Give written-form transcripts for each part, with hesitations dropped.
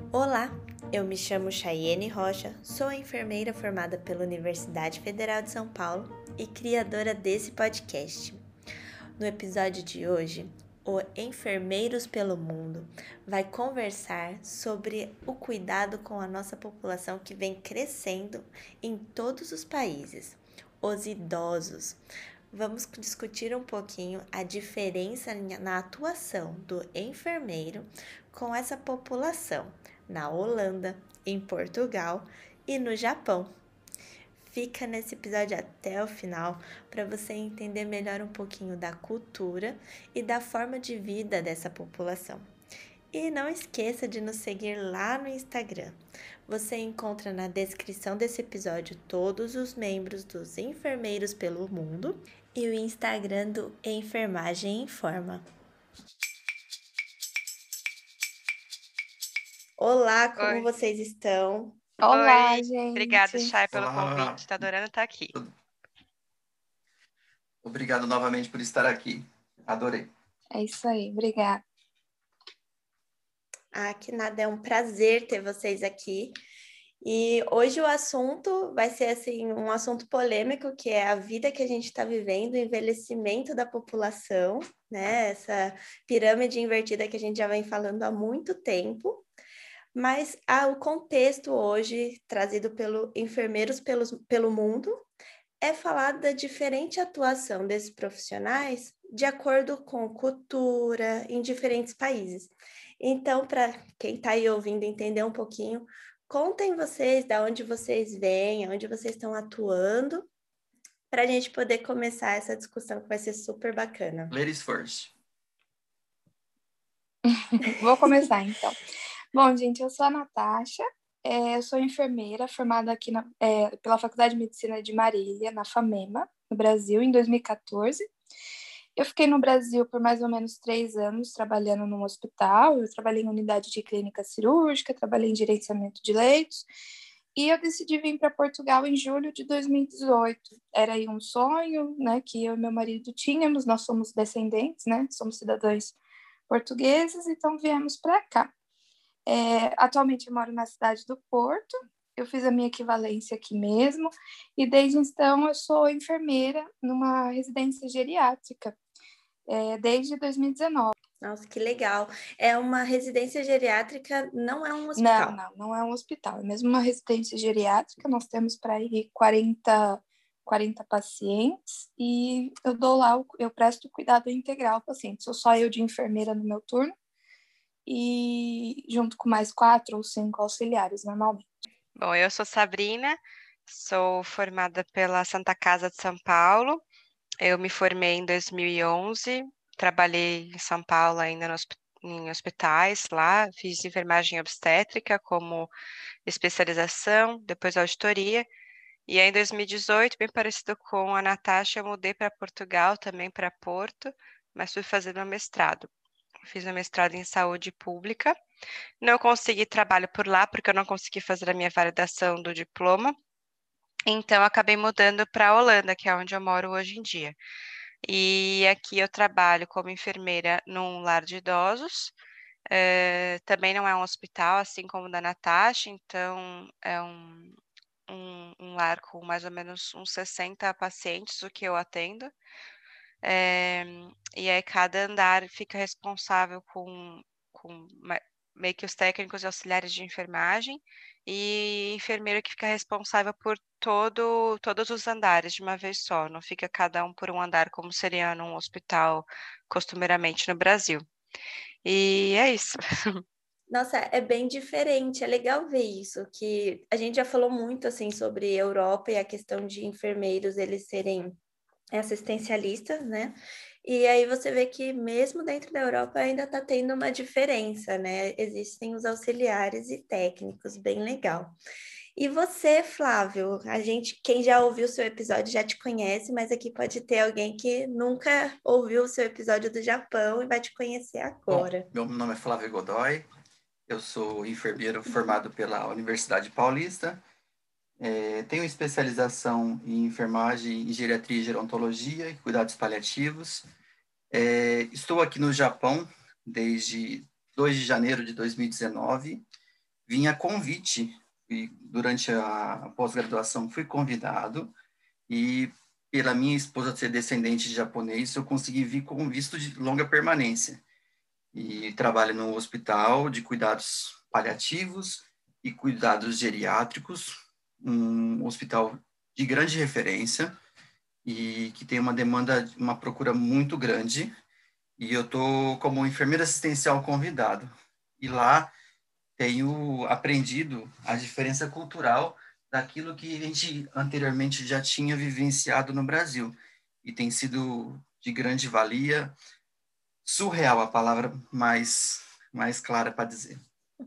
Olá, eu me chamo Chayene Rocha, sou enfermeira formada pela Universidade Federal de São Paulo e criadora desse podcast. No episódio de hoje, o Enfermeiros pelo Mundo vai conversar sobre o cuidado com a nossa população que vem crescendo em todos os países, os idosos. Vamos discutir um pouquinho a diferença na atuação do enfermeiro com essa população na Holanda, em Portugal e no Japão. Fica nesse episódio até o final para você entender melhor um pouquinho da cultura e da forma de vida dessa população. E não esqueça de nos seguir lá no Instagram. Você encontra na descrição desse episódio todos os membros dos Enfermeiros pelo Mundo e o Instagram do Enfermagem Informa. Olá, como Oi. vocês estão? Olá, Oi, gente. obrigada, Chay, pelo Olá. convite. Tá adorando estar aqui. Obrigado novamente por estar aqui. Adorei. É isso aí, obrigada. Que nada, é um prazer ter vocês aqui. E hoje o assunto vai ser assim um assunto polêmico, que é a vida que a gente está vivendo, o envelhecimento da população, né? Essa pirâmide invertida que a gente já vem falando há muito tempo. Mas o contexto hoje, trazido pelo Enfermeiros pelo Mundo, é falar da diferente atuação desses profissionais de acordo com cultura em diferentes países. Então, para quem está aí ouvindo entender um pouquinho, contem vocês de onde vocês vêm, onde vocês estão atuando, para a gente poder começar essa discussão que vai ser super bacana. Ladies first. Vou começar, então. Bom, gente, eu sou a Natasha, eu sou enfermeira formada aqui pela Faculdade de Medicina de Marília, na FAMEMA, no Brasil, em 2014. Eu fiquei no Brasil por mais ou menos 3 anos trabalhando num hospital. Eu trabalhei em unidade de clínica cirúrgica, trabalhei em gerenciamento de leitos, e eu decidi vir para Portugal em julho de 2018. Era aí um sonho, né, que eu e meu marido tínhamos. Nós somos descendentes, né, somos cidadãos portugueses, então viemos para cá. Atualmente eu moro na cidade do Porto. Eu fiz a minha equivalência aqui mesmo, e desde então eu sou enfermeira numa residência geriátrica, desde 2019. Nossa, que legal. É uma residência geriátrica, não é um hospital? Não é um hospital, é mesmo uma residência geriátrica. Nós temos para aí 40 pacientes, e eu dou lá, eu presto cuidado integral ao paciente. Sou só eu de enfermeira no meu turno, e junto com mais 4 ou 5 auxiliares, normalmente. Bom, eu sou Sabrina, sou formada pela Santa Casa de São Paulo. Eu me formei em 2011, trabalhei em São Paulo ainda em hospitais lá, fiz enfermagem obstétrica como especialização, depois auditoria. E aí, em 2018, bem parecido com a Natasha, eu mudei para Portugal, também para Porto, mas fui fazer meu mestrado. Fiz meu mestrado em saúde pública. Não consegui trabalho por lá, porque eu não consegui fazer a minha validação do diploma. Então, acabei mudando para a Holanda, que é onde eu moro hoje em dia. E aqui eu trabalho como enfermeira num lar de idosos. Também não é um hospital, assim como o da Natasha, então é um lar com mais ou menos uns 60 pacientes, o que eu atendo. E aí cada andar fica responsável com meio que os técnicos e auxiliares de enfermagem, e enfermeiro que fica responsável por todos os andares de uma vez só, não fica cada um por um andar, como seria num hospital costumeiramente no Brasil. E é isso. Nossa, é bem diferente, é legal ver isso, que a gente já falou muito assim sobre Europa e a questão de enfermeiros eles serem assistencialistas, né? E aí você vê que mesmo dentro da Europa ainda está tendo uma diferença, né? Existem os auxiliares e técnicos, bem legal. E você, Flávio, quem já ouviu o seu episódio já te conhece, mas aqui pode ter alguém que nunca ouviu o seu episódio do Japão e vai te conhecer agora. Bom, meu nome é Flávio Godoy, eu sou enfermeiro formado pela Universidade Paulista, tenho especialização em enfermagem, em geriatria e gerontologia e cuidados paliativos. Estou aqui no Japão desde 2 de janeiro de 2019. vim a convite, e durante a pós-graduação fui convidado, e pela minha esposa ser descendente de japonês, eu consegui vir com visto de longa permanência. E trabalho no hospital de cuidados paliativos e cuidados geriátricos, um hospital de grande referência e que tem uma demanda, uma procura muito grande. E eu estou como enfermeiro assistencial convidado. E lá tenho aprendido a diferença cultural daquilo que a gente anteriormente já tinha vivenciado no Brasil. E tem sido de grande valia, surreal a palavra mais clara para dizer.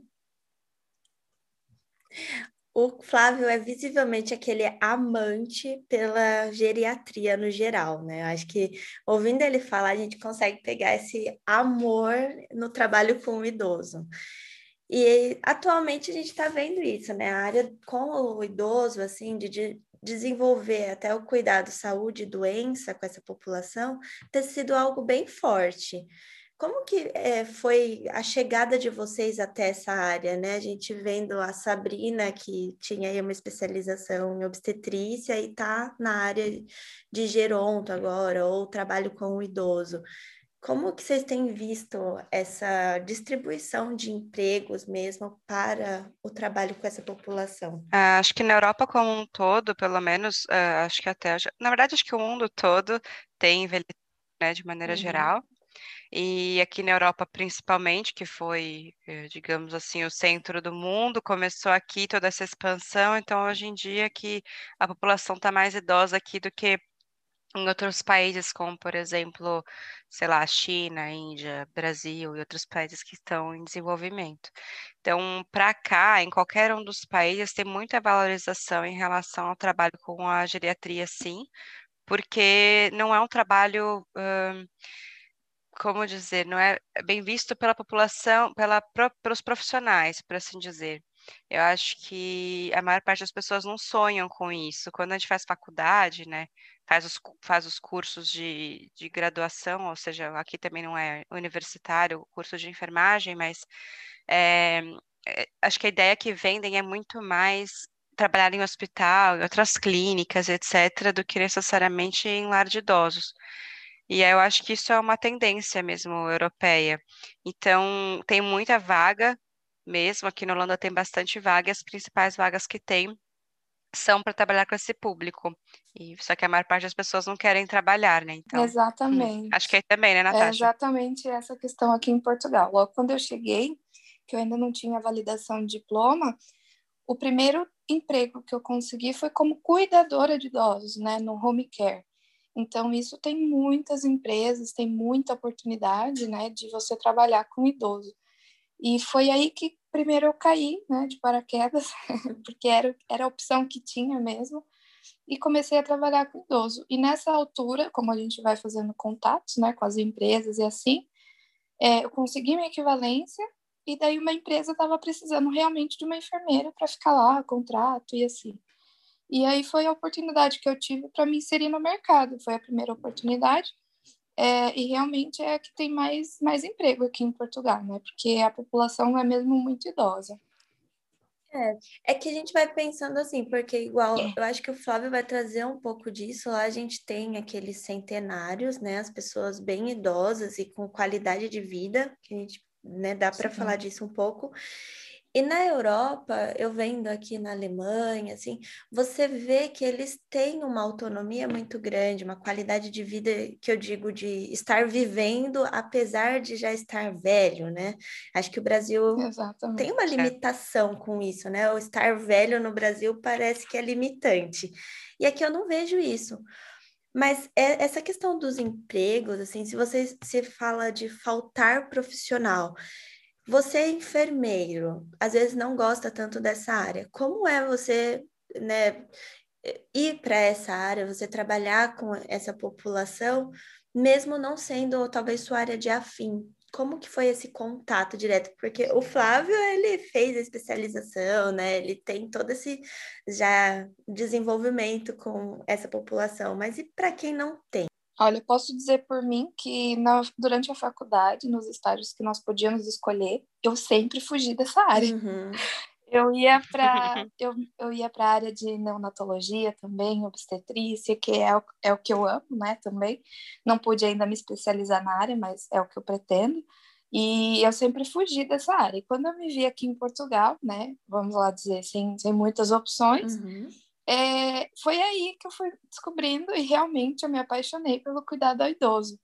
O Flávio é visivelmente aquele amante pela geriatria no geral, né? Eu acho que ouvindo ele falar, a gente consegue pegar esse amor no trabalho com o idoso. E atualmente a gente está vendo isso, né? A área com o idoso, assim, de desenvolver até o cuidado saúde e doença com essa população, tem sido algo bem forte. Como que foi a chegada de vocês até essa área, né? A gente vendo a Sabrina, que tinha aí uma especialização em obstetrícia e está na área de geronto agora, ou trabalho com o idoso. Como que vocês têm visto essa distribuição de empregos mesmo para o trabalho com essa população? Acho que na Europa como um todo, pelo menos, acho que até, na verdade, acho que o mundo todo tem envelhecido, né, de maneira geral. E aqui na Europa, principalmente, que foi, digamos assim, o centro do mundo, começou aqui toda essa expansão. Então, hoje em dia, que a população está mais idosa aqui do que em outros países, como, por exemplo, sei lá, China, Índia, Brasil e outros países que estão em desenvolvimento. Então, para cá, em qualquer um dos países, tem muita valorização em relação ao trabalho com a geriatria, sim, porque não é um trabalho, como dizer, não é bem visto pela população, pelos profissionais, por assim dizer. Eu acho que a maior parte das pessoas não sonham com isso. Quando a gente faz faculdade, né, faz os cursos de graduação, ou seja, aqui também não é universitário, o curso de enfermagem, mas é, acho que a ideia que vendem é muito mais trabalhar em hospital, em outras clínicas, etc., do que necessariamente em lar de idosos. E aí eu acho que isso é uma tendência mesmo europeia. Então, tem muita vaga mesmo, aqui na Holanda tem bastante vaga, e as principais vagas que tem são para trabalhar com esse público. E só que a maior parte das pessoas não querem trabalhar, né? Então, acho que Exatamente. aí também, né, É Natasha? exatamente essa questão aqui em Portugal. Logo quando eu cheguei, que eu ainda não tinha validação de diploma, o primeiro emprego que eu consegui foi como cuidadora de idosos, né, no home care. Então, isso tem muitas empresas, tem muita oportunidade, né, de você trabalhar com idoso. E foi aí que primeiro eu caí, né, de paraquedas, porque era a opção que tinha mesmo, e comecei a trabalhar com idoso. E nessa altura, como a gente vai fazendo contatos, né, com as empresas e assim, eu consegui minha equivalência, e daí uma empresa estava precisando realmente de uma enfermeira para ficar lá, contrato e assim. E aí foi a oportunidade que eu tive para me inserir no mercado, foi a primeira oportunidade, e realmente é a que tem mais emprego aqui em Portugal, né? Porque a população é mesmo muito idosa. É que a gente vai pensando assim, porque igual, eu acho que o Flávio vai trazer um pouco disso. Lá a gente tem aqueles centenários, né? As pessoas bem idosas e com qualidade de vida, que a gente, né, dá para falar disso um pouco. E na Europa, eu vendo aqui na Alemanha, assim, você vê que eles têm uma autonomia muito grande, uma qualidade de vida que eu digo de estar vivendo apesar de já estar velho, né? Acho que o Brasil tem Exatamente. uma limitação com isso, né? O estar velho no Brasil parece que é limitante. E aqui eu não vejo isso. Mas essa questão dos empregos, assim, se você se fala de faltar profissional, você é enfermeiro, às vezes não gosta tanto dessa área. Como é você, né, ir para essa área, você trabalhar com essa população, mesmo não sendo talvez sua área de afim? Como que foi esse contato direto? Porque o Flávio, ele fez a especialização, né? Ele tem todo esse já desenvolvimento com essa população, mas e para quem não tem? Olha, eu posso dizer por mim que durante a faculdade, nos estágios que nós podíamos escolher, eu sempre fugi dessa área. Uhum. Eu ia para a área de neonatologia também, obstetrícia, que é o que eu amo, né, também. Não pude ainda me especializar na área, mas é o que eu pretendo. E eu sempre fugi dessa área. E quando eu me vi aqui em Portugal, né, vamos lá dizer, sem muitas opções, Uhum. foi aí que eu fui descobrindo e realmente eu me apaixonei pelo cuidado ao idoso.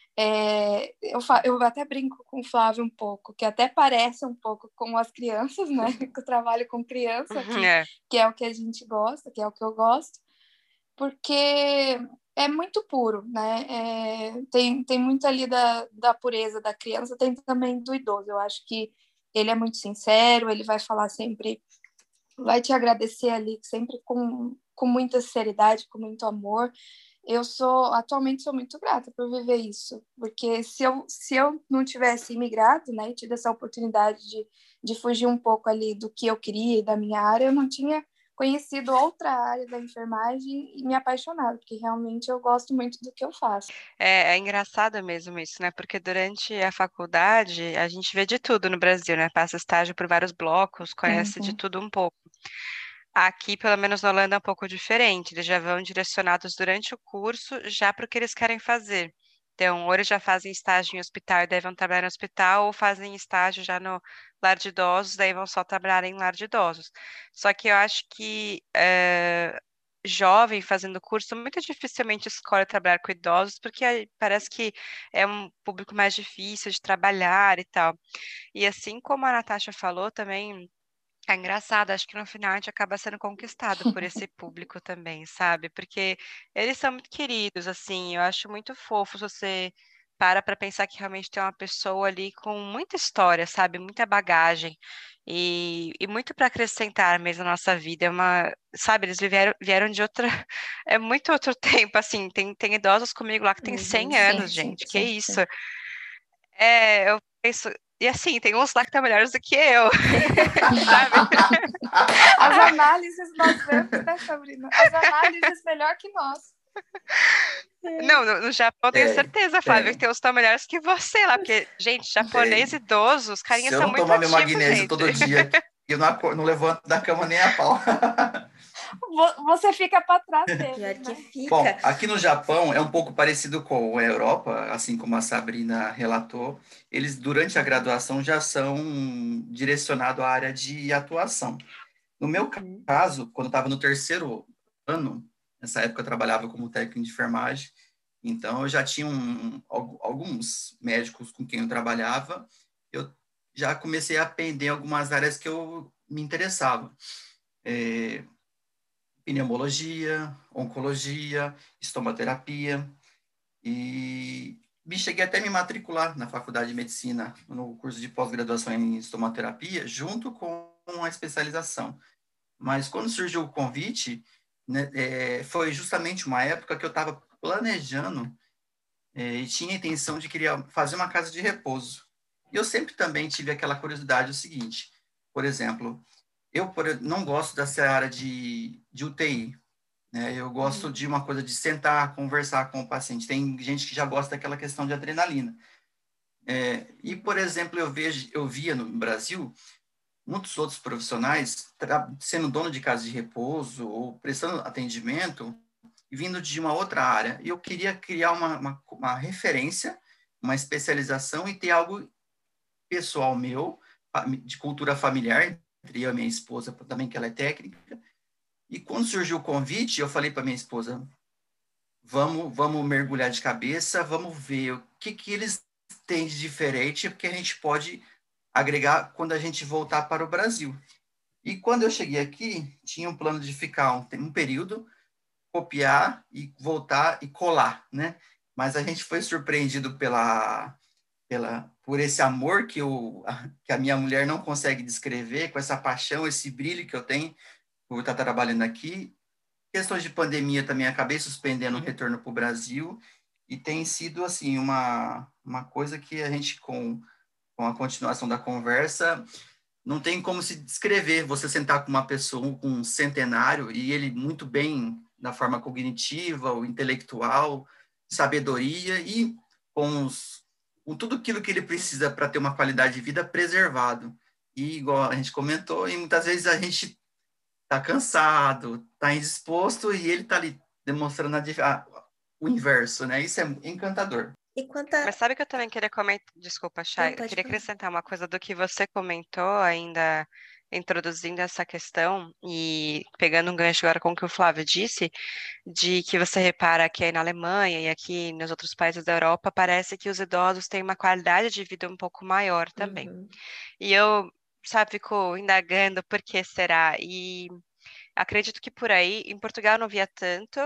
Eu até brinco com o Flávio um pouco, que até parece um pouco com as crianças, né? Que eu trabalho com criança, É. que é o que a gente gosta, que é o que eu gosto, porque é muito puro, né? Tem muito ali da pureza da criança, tem também do idoso. Eu acho que ele é muito sincero, ele vai falar sempre, vai te agradecer ali sempre com muita seriedade, com muito amor. Atualmente sou muito grata por viver isso, porque se eu não tivesse imigrado, né, e tido essa oportunidade de fugir um pouco ali do que eu queria e da minha área, eu não tinha conhecido outra área da enfermagem e me apaixonado, porque realmente eu gosto muito do que eu faço. É engraçado mesmo isso, né? Porque durante a faculdade a gente vê de tudo no Brasil, né? Passa estágio por vários blocos, conhece de Uhum. tudo um pouco. Aqui, pelo menos na Holanda, é um pouco diferente. Eles já vão direcionados durante o curso já para o que eles querem fazer. Então, ou eles já fazem estágio em hospital e daí vão trabalhar no hospital, ou fazem estágio já no lar de idosos, daí vão só trabalhar em lar de idosos. Só que eu acho que jovem fazendo curso muito dificilmente escolhe trabalhar com idosos, porque aí parece que é um público mais difícil de trabalhar e tal. E assim como a Natasha falou também. É engraçado, acho que no final a gente acaba sendo conquistado por esse público também, sabe? Porque eles são muito queridos, assim, eu acho muito fofo se você para pensar que realmente tem uma pessoa ali com muita história, sabe? Muita bagagem e muito para acrescentar mesmo na nossa vida. Sabe, eles vieram de outra, é muito outro tempo, assim, tem idosos comigo lá que tem Uhum. 100 Sim, anos, sim, gente, que sim, isso? sim. Eu penso, e assim, tem uns lá que estão melhores do que eu, sabe? As análises nós vemos, né, Sabrina? As análises melhor que nós. Não, no Japão eu tenho certeza, Flávio, que Tem, tem uns que estão melhores que você lá, porque, gente, japonês tem. idoso, os Se carinhas eu são não muito tomar meu ativos, magnésio gente. todo dia, eu não levanto da cama nem a pau. Você fica para trás Pior deles, que né? fica. Bom, aqui no Japão é um pouco parecido com a Europa, assim como a Sabrina relatou. Eles, durante a graduação, já são direcionados à área de atuação. No meu Uhum. caso, quando eu estava no terceiro ano, nessa época eu trabalhava como técnico de enfermagem, então eu já tinha alguns médicos com quem eu trabalhava, eu já comecei a aprender algumas áreas que eu me interessava. Pneumologia, oncologia, estomaterapia, e cheguei até a me matricular na Faculdade de Medicina, no curso de pós-graduação em estomaterapia, junto com a especialização. Mas quando surgiu o convite, né, foi justamente uma época que eu estava planejando e tinha a intenção de querer fazer uma casa de repouso. E eu sempre também tive aquela curiosidade, o seguinte, por exemplo, não gosto dessa área de UTI, né? Eu gosto Uhum. de uma coisa de sentar, conversar com o paciente. Tem gente que já gosta daquela questão de adrenalina. E, por exemplo, eu via no Brasil muitos outros profissionais sendo dono de casa de repouso ou prestando atendimento e vindo de uma outra área. E eu queria criar uma referência, uma especialização e ter algo pessoal meu, de cultura familiar, entre eu e minha esposa, também que ela é técnica. E quando surgiu o convite, eu falei para minha esposa, vamos mergulhar de cabeça, vamos ver o que eles têm de diferente, que a gente pode agregar quando a gente voltar para o Brasil. E quando eu cheguei aqui, tinha um plano de ficar um período, copiar e voltar e colar, né? Mas a gente foi surpreendido por esse amor que a minha mulher não consegue descrever, com essa paixão, esse brilho que eu tenho por estar trabalhando aqui. Questões de pandemia também acabei suspendendo o retorno para o Brasil e tem sido assim uma coisa que a gente com a continuação da conversa não tem como se descrever. Você sentar com uma pessoa, com um centenário e ele muito bem na forma cognitiva, ou intelectual, sabedoria e com tudo aquilo que ele precisa para ter uma qualidade de vida preservado. E igual a gente comentou, e muitas vezes a gente está cansado, está indisposto, e ele está ali demonstrando o inverso, né? Isso é encantador. E quanto a... Mas sabe que eu também queria comentar, desculpa, Não, Chay, eu pode queria falar. acrescentar uma coisa do que você comentou, ainda introduzindo essa questão e pegando um gancho agora com o que o Flávio disse, de que você repara que aí na Alemanha e aqui nos outros países da Europa parece que os idosos têm uma qualidade de vida um pouco maior também. Uhum. E eu, sabe, fico indagando por que será. E acredito que por aí, em Portugal eu não via tanto,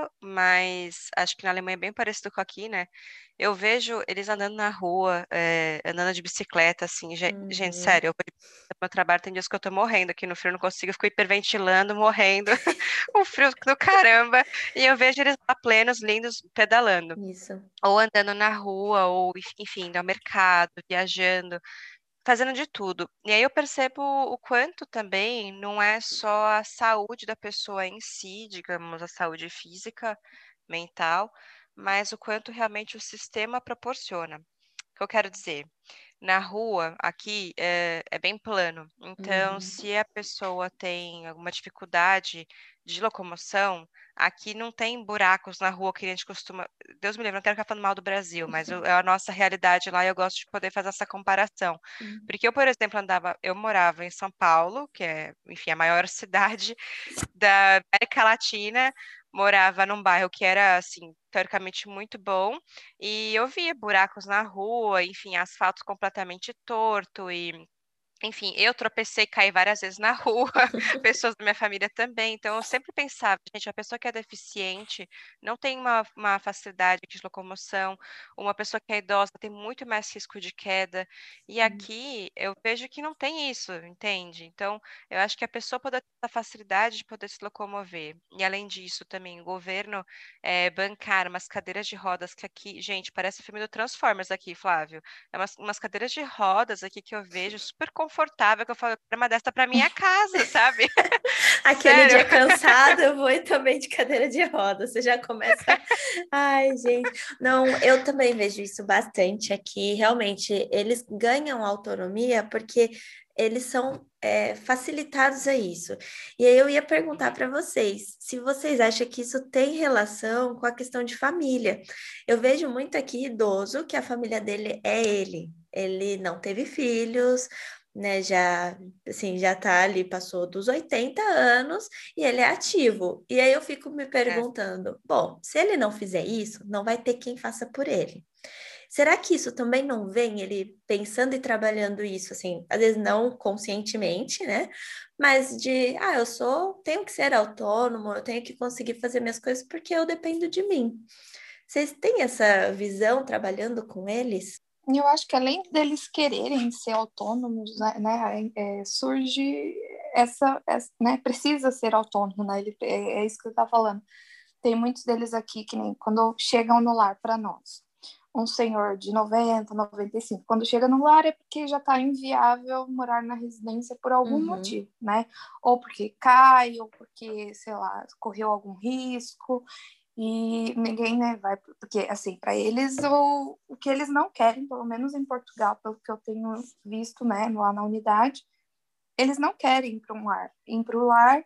mas acho que na Alemanha é bem parecido com aqui, né? Eu vejo eles andando na rua, andando de bicicleta, assim. Gente, Uhum. sério, eu vou pro meu trabalho, tem dias que eu tô morrendo aqui no frio, eu não consigo, eu fico hiperventilando, morrendo, um frio do caramba. E eu vejo eles lá plenos, lindos, pedalando. Isso. Ou andando na rua, ou enfim, indo ao mercado, viajando fazendo de tudo. E aí eu percebo o quanto também não é só a saúde da pessoa em si, digamos, a saúde física, mental, mas o quanto realmente o sistema proporciona. O que eu quero dizer? Na rua, aqui, é bem plano. Então, Uhum. se a pessoa tem alguma dificuldade de locomoção, aqui não tem buracos na rua que a gente costuma. Deus me livre, não quero ficar falando mal do Brasil, mas é a nossa realidade lá e eu gosto de poder fazer essa comparação. Uhum. Porque eu, por exemplo, eu morava em São Paulo, que é, enfim, a maior cidade da América Latina, morava num bairro que era, assim, teoricamente muito bom, e eu via buracos na rua, enfim, asfalto completamente torto e enfim, eu tropecei e caí várias vezes na rua, pessoas da minha família também. Então, eu sempre pensava, gente, a pessoa que é deficiente não tem uma facilidade de locomoção, uma pessoa que é idosa tem muito mais risco de queda. E aqui eu vejo que não tem isso, entende? Então, eu acho que a pessoa pode ter essa facilidade de poder se locomover. E além disso, também o governo bancar umas cadeiras de rodas que aqui, gente, parece filme do Transformers aqui, Flávio. É umas cadeiras de rodas aqui que eu vejo super confortável, que eu falo, eu quero uma dessa pra minha casa, sabe? Aquele Sério. dia cansado, eu vou ir também de cadeira de roda. Você já começa. Ai, gente. Não, eu também vejo isso bastante aqui. Realmente, eles ganham autonomia porque eles são facilitados a isso. E aí eu ia perguntar para vocês se vocês acham que isso tem relação com a questão de família. Eu vejo muito aqui idoso que a família dele é ele. Ele não teve filhos, né? Já assim, já tá ali, passou dos 80 anos e ele é ativo. E aí eu fico me É. perguntando, bom, se ele não fizer isso, não vai ter quem faça por ele. Será que isso também não vem ele pensando e trabalhando isso, assim, às vezes não conscientemente, né? Mas tenho que ser autônomo, eu tenho que conseguir fazer minhas coisas porque eu dependo de mim. Vocês têm essa visão trabalhando com eles? E eu acho que além deles quererem ser autônomos, né, surge né, precisa ser autônomo, né? É isso que eu estava falando. Tem muitos deles aqui que nem quando chegam no lar para nós. Um senhor de 90, 95, quando chega no lar é porque já está inviável morar na residência por algum Uhum. motivo, né? Ou porque cai, ou porque, sei lá, correu algum risco, e ninguém, né, vai, porque, assim, para eles, o que eles não querem, pelo menos em Portugal, pelo que eu tenho visto, né, lá na unidade, eles não querem ir para um lar. Ir para o lar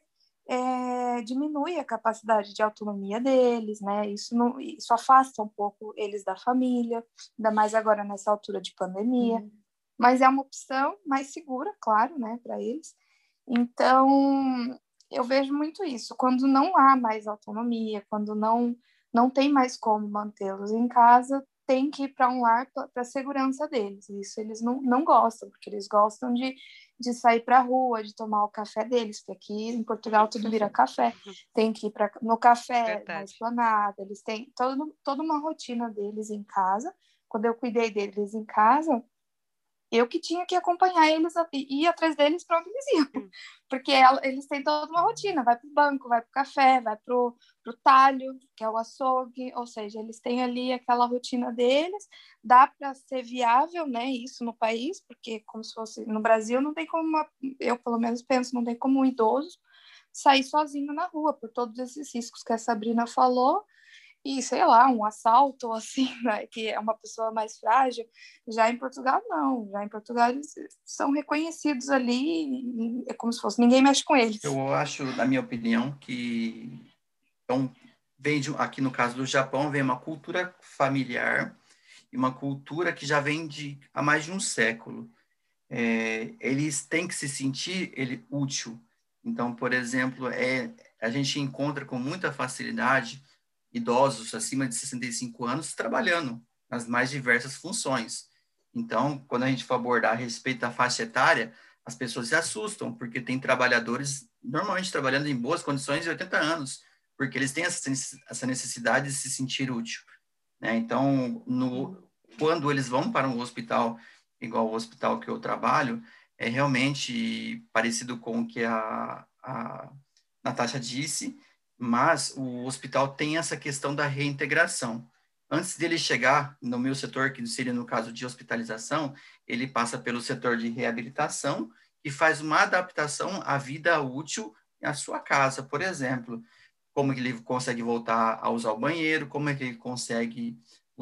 diminui a capacidade de autonomia deles, né, isso afasta um pouco eles da família, ainda mais agora nessa altura de pandemia, Uhum. mas é uma opção mais segura, claro, né, para eles. Então, eu vejo muito isso. Quando não há mais autonomia, quando não tem mais como mantê-los em casa, tem que ir para um lar para a segurança deles. Isso eles não gostam, porque eles gostam de sair para a rua, de tomar o café deles, porque aqui em Portugal tudo vira café. Tem que ir no café, na Verdade. esplanada, eles têm toda uma rotina deles em casa. Quando eu cuidei deles em casa, eu que tinha que acompanhar eles e ir atrás deles para onde eles iam. Hum. Porque eles têm toda uma rotina, vai para o banco, vai para o café, vai para o talho, que é o açougue, ou seja, eles têm ali aquela rotina deles, dá para ser viável, né, isso no país, porque como se fosse no Brasil, não tem como, eu pelo menos penso, não tem como um idoso sair sozinho na rua, por todos esses riscos que a Sabrina falou, e, sei lá, um assalto, assim, né, que é uma pessoa mais frágil. Já em Portugal, não. Já em Portugal, eles são reconhecidos ali, é como se fosse, ninguém mexe com eles. Eu acho, na minha opinião, que então, aqui no caso do Japão, vem uma cultura familiar e uma cultura que já vem há mais de um século. Eles têm que se sentir útil. Então, por exemplo, a gente encontra com muita facilidade idosos acima de 65 anos trabalhando nas mais diversas funções. Então, quando a gente for abordar a respeito da faixa etária, as pessoas se assustam, porque tem trabalhadores normalmente trabalhando em boas condições de 80 anos, porque eles têm essa necessidade de se sentir útil, né? Então, quando eles vão para um hospital, igual o hospital que eu trabalho, é realmente parecido com o que a Natasha disse, mas o hospital tem essa questão da reintegração. Antes dele chegar no meu setor, que seria no caso de hospitalização, ele passa pelo setor de reabilitação e faz uma adaptação à vida útil à sua casa, por exemplo. Como que ele consegue voltar a usar o banheiro, como é que ele consegue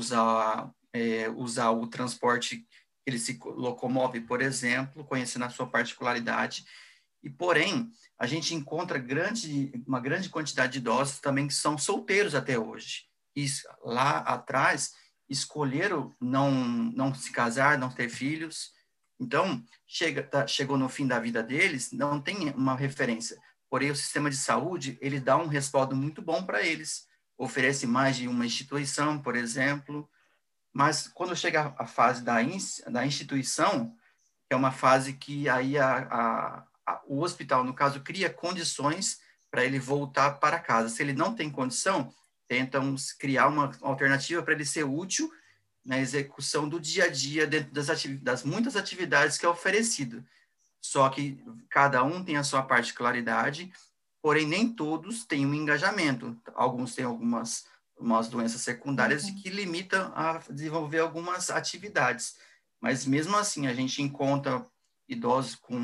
usar o transporte que ele se locomove, por exemplo, conhecendo a sua particularidade. E, porém, a gente encontra uma grande quantidade de idosos também que são solteiros até hoje. E lá atrás, escolheram não se casar, não ter filhos. Então, chegou no fim da vida deles, não tem uma referência. Porém, o sistema de saúde, ele dá um respaldo muito bom para eles. Oferece mais de uma instituição, por exemplo. Mas, quando chega a fase da instituição, que é uma fase que aí o hospital, no caso, cria condições para ele voltar para casa. Se ele não tem condição, tentam criar uma alternativa para ele ser útil na execução do dia a dia dentro das muitas atividades que é oferecido. Só que cada um tem a sua particularidade, porém nem todos têm um engajamento. Alguns têm algumas doenças secundárias que limitam a desenvolver algumas atividades. Mas mesmo assim, a gente encontra idosos com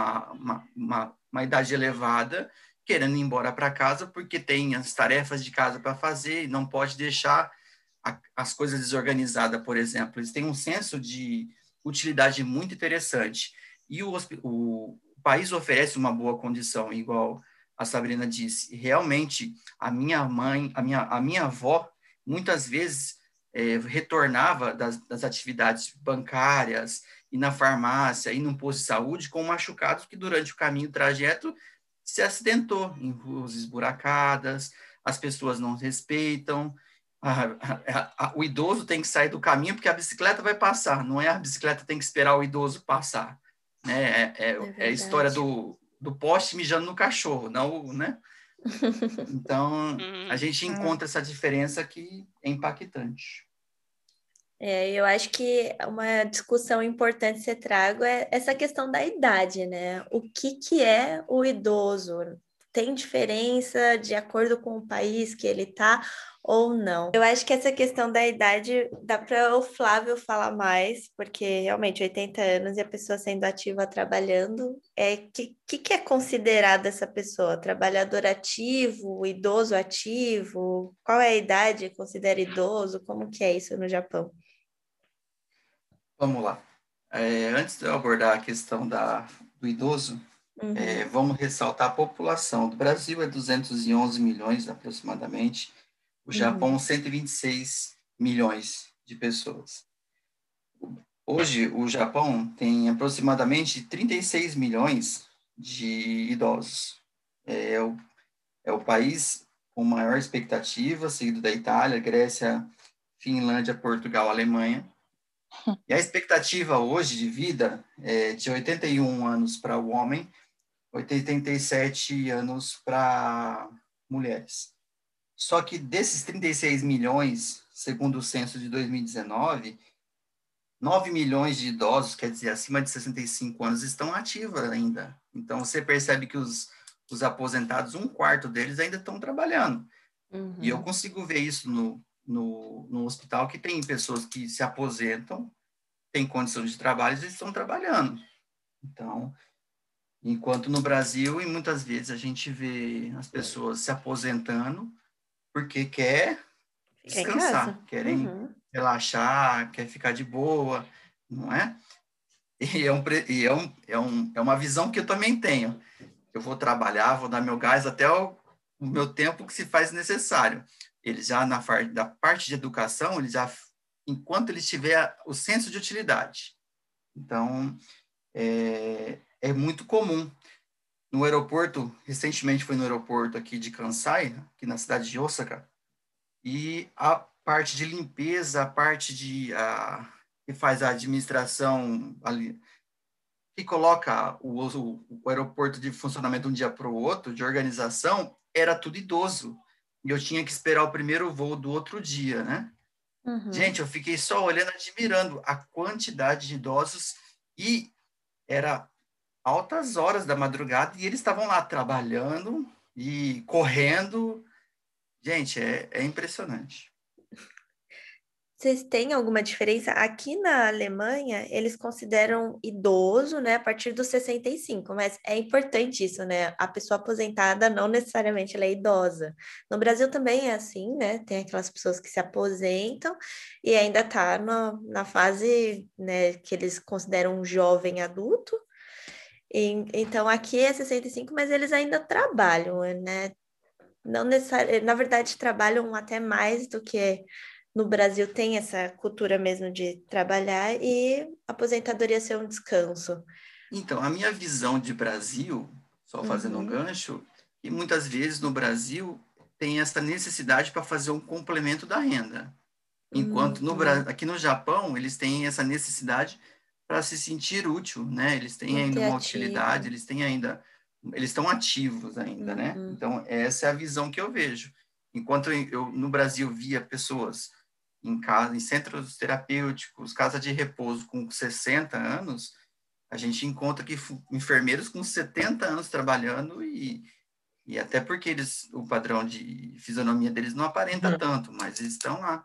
uma idade elevada querendo ir embora para casa porque tem as tarefas de casa para fazer e não pode deixar as coisas desorganizadas, por exemplo. Eles têm um senso de utilidade muito interessante. E o país oferece uma boa condição, igual a Sabrina disse. Realmente, a minha mãe, a minha avó, muitas vezes retornava das atividades bancárias e na farmácia e num posto de saúde com machucados que durante o caminho, o trajeto, se acidentou em ruas esburacadas, as pessoas não respeitam, o idoso tem que sair do caminho porque a bicicleta vai passar, não é a bicicleta tem que esperar o idoso passar, né? É a história do poste mijando no cachorro, não, né? Então, a gente encontra essa diferença que é impactante. Eu acho que uma discussão importante que você traga é essa questão da idade, né? O que é o idoso? Tem diferença de acordo com o país que ele está ou não? Eu acho que essa questão da idade dá para o Flávio falar mais, porque realmente 80 anos e a pessoa sendo ativa trabalhando, que é considerado essa pessoa? Trabalhador ativo, idoso ativo? Qual é a idade que considera idoso? Como que é isso no Japão? Vamos lá. Antes de eu abordar a questão do idoso, vamos ressaltar a população. Do Brasil é 211 milhões aproximadamente, o Japão 126 milhões de pessoas. Hoje, o Japão tem aproximadamente 36 milhões de idosos. É o país com maior expectativa, seguido da Itália, Grécia, Finlândia, Portugal, Alemanha. E a expectativa hoje de vida é de 81 anos para o homem, 87 anos para mulheres. Só que desses 36 milhões, segundo o censo de 2019, 9 milhões de idosos, quer dizer, acima de 65 anos, estão ativos ainda. Então, você percebe que os aposentados, um quarto deles ainda estão trabalhando. E eu consigo ver isso no hospital, que tem pessoas que se aposentam, têm condições de trabalho e estão trabalhando. Então, enquanto no Brasil, e muitas vezes a gente vê as pessoas se aposentando porque quer Quer em casa? descansar, querem relaxar, quer ficar de boa, não é? É uma visão que eu também tenho. Eu vou trabalhar, vou dar meu gás até o meu tempo que se faz necessário. Eles já, da parte de educação, eles já, enquanto eles tiverem o senso de utilidade. Então, é muito comum. No aeroporto, recentemente fui no aeroporto aqui de Kansai, aqui na cidade de Osaka, e a parte de limpeza, a parte que faz a administração ali, que coloca o aeroporto de funcionamento de um dia para o outro, de organização, era tudo idoso. E eu tinha que esperar o primeiro voo do outro dia, né? Gente, eu fiquei só olhando, admirando a quantidade de idosos e era altas horas da madrugada e eles estavam lá trabalhando e correndo. Gente, é impressionante. Vocês têm alguma diferença? Aqui na Alemanha, eles consideram idoso, né, a partir dos 65, mas é importante isso, né? A pessoa aposentada não necessariamente ela é idosa. No Brasil também é assim, né? Tem aquelas pessoas que se aposentam e ainda tá na fase, né, que eles consideram um jovem adulto. Então aqui é 65, mas eles ainda trabalham, né? Não necessariamente, na verdade, trabalham até mais do que no Brasil tem essa cultura mesmo de trabalhar e aposentadoria ser um descanso. Então, a minha visão de Brasil, só fazendo um gancho, e muitas vezes no Brasil tem essa necessidade para fazer um complemento da renda. Enquanto aqui no Japão, eles têm essa necessidade para se sentir útil, né? Eles têm ainda uma utilidade, eles estão ativos ainda, né? Então, essa é a visão que eu vejo. Enquanto eu no Brasil via pessoas em casa, em centros terapêuticos, casa de repouso com 60 anos, a gente encontra que enfermeiros com 70 anos trabalhando e até porque o padrão de fisionomia deles não aparenta tanto, mas eles estão lá,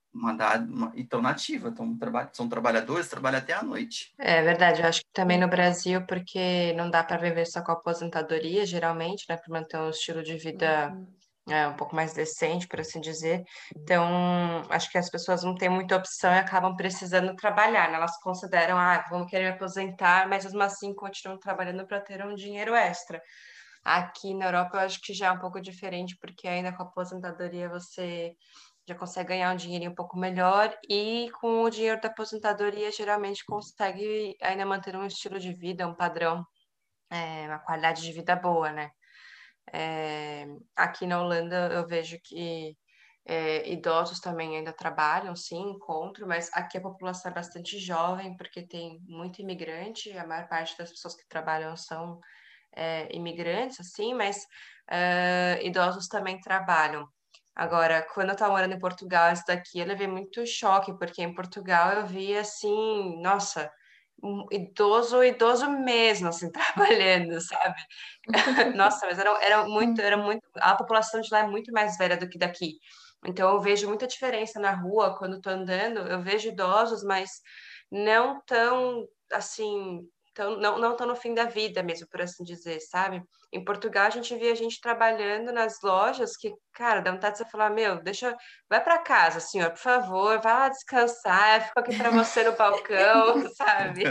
e estão na ativa, são trabalhadores, trabalham até a noite. É verdade, eu acho que também no Brasil, porque não dá para viver só com a aposentadoria, geralmente, né, para manter um estilo de vida um pouco mais decente, por assim dizer. Então, acho que as pessoas não têm muita opção e acabam precisando trabalhar, né? Elas consideram, vamos querer me aposentar, mas mesmo assim continuam trabalhando para ter um dinheiro extra. Aqui na Europa, eu acho que já é um pouco diferente, porque ainda com a aposentadoria você já consegue ganhar um dinheirinho um pouco melhor e com o dinheiro da aposentadoria geralmente consegue ainda manter um estilo de vida, um padrão, uma qualidade de vida boa, né? Aqui na Holanda eu vejo que idosos também ainda trabalham, sim, encontro, mas aqui a população é bastante jovem porque tem muito imigrante, a maior parte das pessoas que trabalham são imigrantes, assim, mas idosos também trabalham. Agora, quando eu estava morando em Portugal, isso daqui eu levei muito choque, porque em Portugal eu vi assim, nossa, um idoso mesmo, assim, trabalhando, sabe? Nossa, mas era muito, a população de lá é muito mais velha do que daqui. Então eu vejo muita diferença na rua, quando estou andando, eu vejo idosos, mas não tão assim, não tão no fim da vida mesmo, por assim dizer, sabe? Em Portugal a gente via gente trabalhando nas lojas que, cara, dá vontade de você falar, meu, vai para casa, senhor, por favor, vai lá descansar, eu fico aqui para você no balcão, sabe?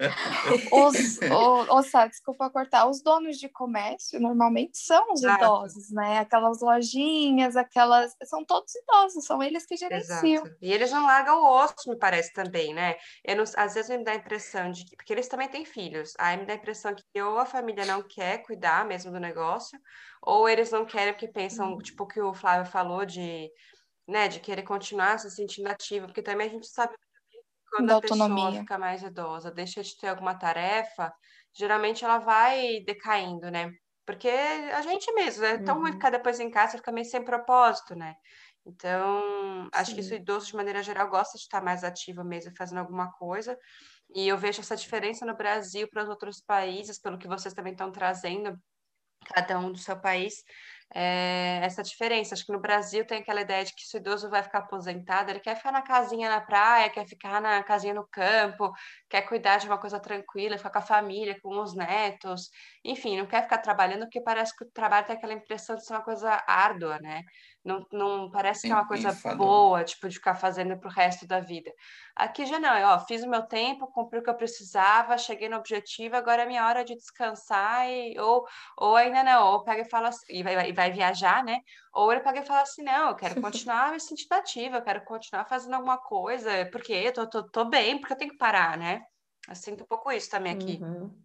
Desculpa cortar, os donos de comércio normalmente são os Exato. idosos, né? Aquelas lojinhas, são todos idosos, são eles que gerenciam. Exato. E eles não largam o osso, me parece também, né? Às vezes me dá a impressão de que, porque eles também têm filhos, aí me dá a impressão que ou a família não quer cuidar mesmo do negócio, ou eles não querem porque pensam, tipo o que o Flávio falou né, de querer continuar se sentindo ativa, porque também a gente sabe que quando Da a pessoa autonomia. fica mais idosa, deixa de ter alguma tarefa, geralmente ela vai decaindo, né? Porque a gente mesmo, é tão ruim ficar depois em casa, fica meio sem propósito, né? Então, acho que isso, o Sim. idoso, de maneira geral, gosta de estar mais ativo mesmo, fazendo alguma coisa. E eu vejo essa diferença no Brasil para os outros países, pelo que vocês também estão trazendo, cada um do seu país, essa diferença. Acho que no Brasil tem aquela ideia de que se o idoso vai ficar aposentado, ele quer ficar na casinha na praia, quer ficar na casinha no campo, quer cuidar de uma coisa tranquila, ficar com a família, com os netos, enfim, não quer ficar trabalhando porque parece que o trabalho tem aquela impressão de ser uma coisa árdua, né? Não parece que é uma Sim, coisa falou. boa, tipo, de ficar fazendo pro resto da vida. Aqui já não, ó, fiz o meu tempo, cumpri o que eu precisava, cheguei no objetivo, agora é minha hora de descansar, ou ainda não, ou pega e fala assim, e vai viajar, né? Ou ele pega e fala assim, não, eu quero continuar me sentindo ativa, eu quero continuar fazendo alguma coisa, porque eu tô bem, porque eu tenho que parar, né? Eu sinto um pouco isso também aqui. Uhum.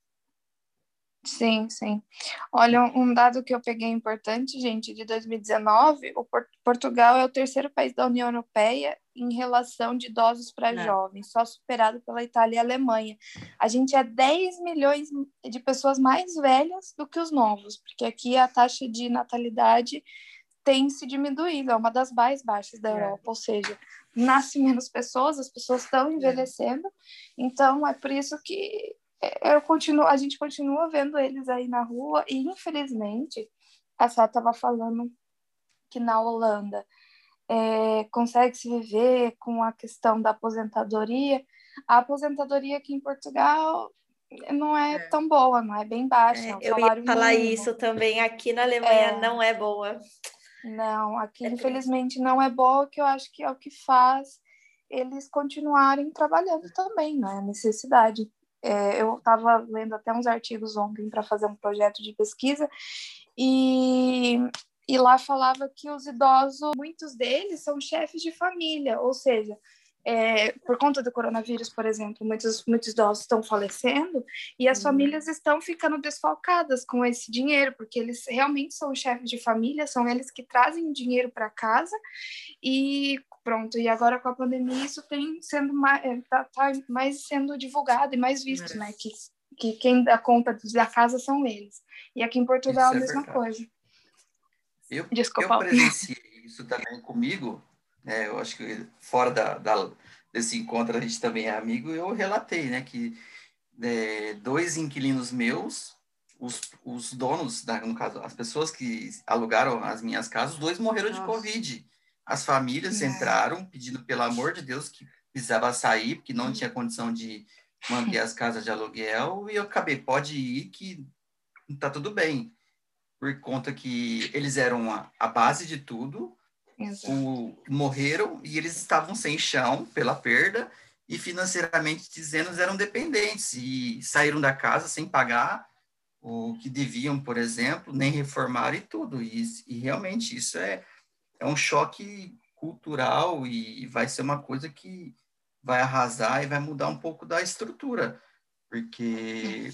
Sim, sim. Olha, um dado que eu peguei importante, gente, de 2019, Portugal é o terceiro país da União Europeia em relação de idosos para Né? jovens, só superado pela Itália e Alemanha. A gente é 10 milhões de pessoas mais velhas do que os novos, porque aqui a taxa de natalidade tem se diminuído, é uma das mais baixas da É. Europa, ou seja, nasce menos pessoas, as pessoas estão envelhecendo, então é por isso que a gente continua vendo eles aí na rua, e infelizmente, a Sá estava falando que na Holanda consegue se viver com a questão da aposentadoria. A aposentadoria aqui em Portugal não é É. tão boa, não é bem baixa, é um Eu ia salário falar mínimo. isso também. Aqui na Alemanha É, não é boa. não, aqui É triste. infelizmente não é boa, que eu acho que é o que faz eles continuarem trabalhando também, né? A necessidade. Eu estava lendo até uns artigos ontem para fazer um projeto de pesquisa e, e lá falava que os idosos, muitos deles são chefes de família, ou seja, por conta do coronavírus, por exemplo, muitos idosos estão falecendo e as famílias estão ficando desfalcadas com esse dinheiro, porque eles realmente são chefes de família, são eles que trazem dinheiro para casa e pronto. E agora com a pandemia isso tem sendo tá mais sendo divulgado e mais visto, né? Que quem dá conta da casa são eles. E aqui em Portugal Isso a é mesma verdade. coisa. Eu Desculpa. presenciei isso também comigo, né? Eu acho que fora desse encontro a gente também é amigo. Eu relatei, né, que dois inquilinos meus, os donos, no caso, as pessoas que alugaram as minhas casas, os dois morreram de Nossa. Covid. As famílias entraram pedindo, pelo amor de Deus, que precisava sair, porque não tinha condição de manter as casas de aluguel, e eu acabei, pode ir que tá tudo bem, por conta que eles eram a base de tudo, morreram e eles estavam sem chão pela perda e financeiramente dizendo eram dependentes e saíram da casa sem pagar o que deviam, por exemplo, nem reformar e tudo. E realmente isso é um choque cultural e vai ser uma coisa que vai arrasar e vai mudar um pouco da estrutura, porque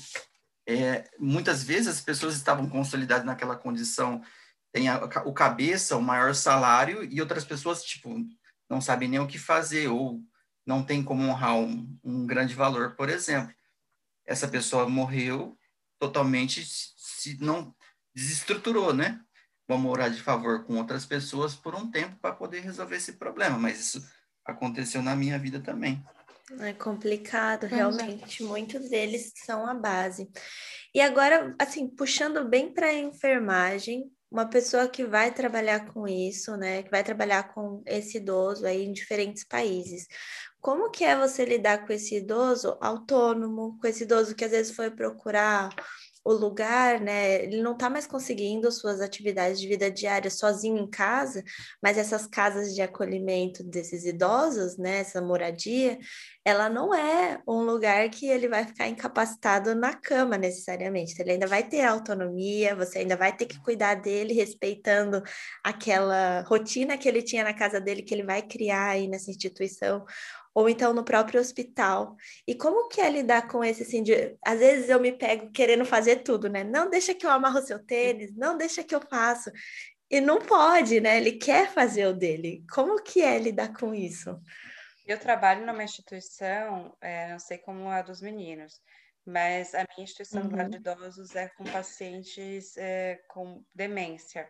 muitas vezes as pessoas estavam consolidadas naquela condição, tem o cabeça, o maior salário, e outras pessoas, tipo, não sabem nem o que fazer, ou não tem como honrar um grande valor, por exemplo. Essa pessoa morreu totalmente, se não desestruturou, né? Vamos morar de favor com outras pessoas por um tempo para poder resolver esse problema, mas isso aconteceu na minha vida também. É complicado, Pois é. realmente. Muitos deles são a base. E agora, assim, puxando bem para a enfermagem, uma pessoa que vai trabalhar com isso, né, que vai trabalhar com esse idoso aí em diferentes países. Como que é você lidar com esse idoso autônomo, com esse idoso que às vezes foi procurar o lugar, né? Ele não está mais conseguindo suas atividades de vida diária sozinho em casa, mas essas casas de acolhimento desses idosos, né, essa moradia, ela não é um lugar que ele vai ficar incapacitado na cama necessariamente. Ele ainda vai ter autonomia, você ainda vai ter que cuidar dele, respeitando aquela rotina que ele tinha na casa dele, que ele vai criar aí nessa instituição, ou então no próprio hospital. E como que é lidar com esse, assim, às vezes eu me pego querendo fazer tudo, né? Não deixa que eu amarro o seu tênis, não deixa que eu faço. E não pode, né? Ele quer fazer o dele. Como que é lidar com isso? Eu trabalho numa instituição, não sei como a dos meninos, mas a minha instituição do lar de Uhum, idosos é com pacientes com demência.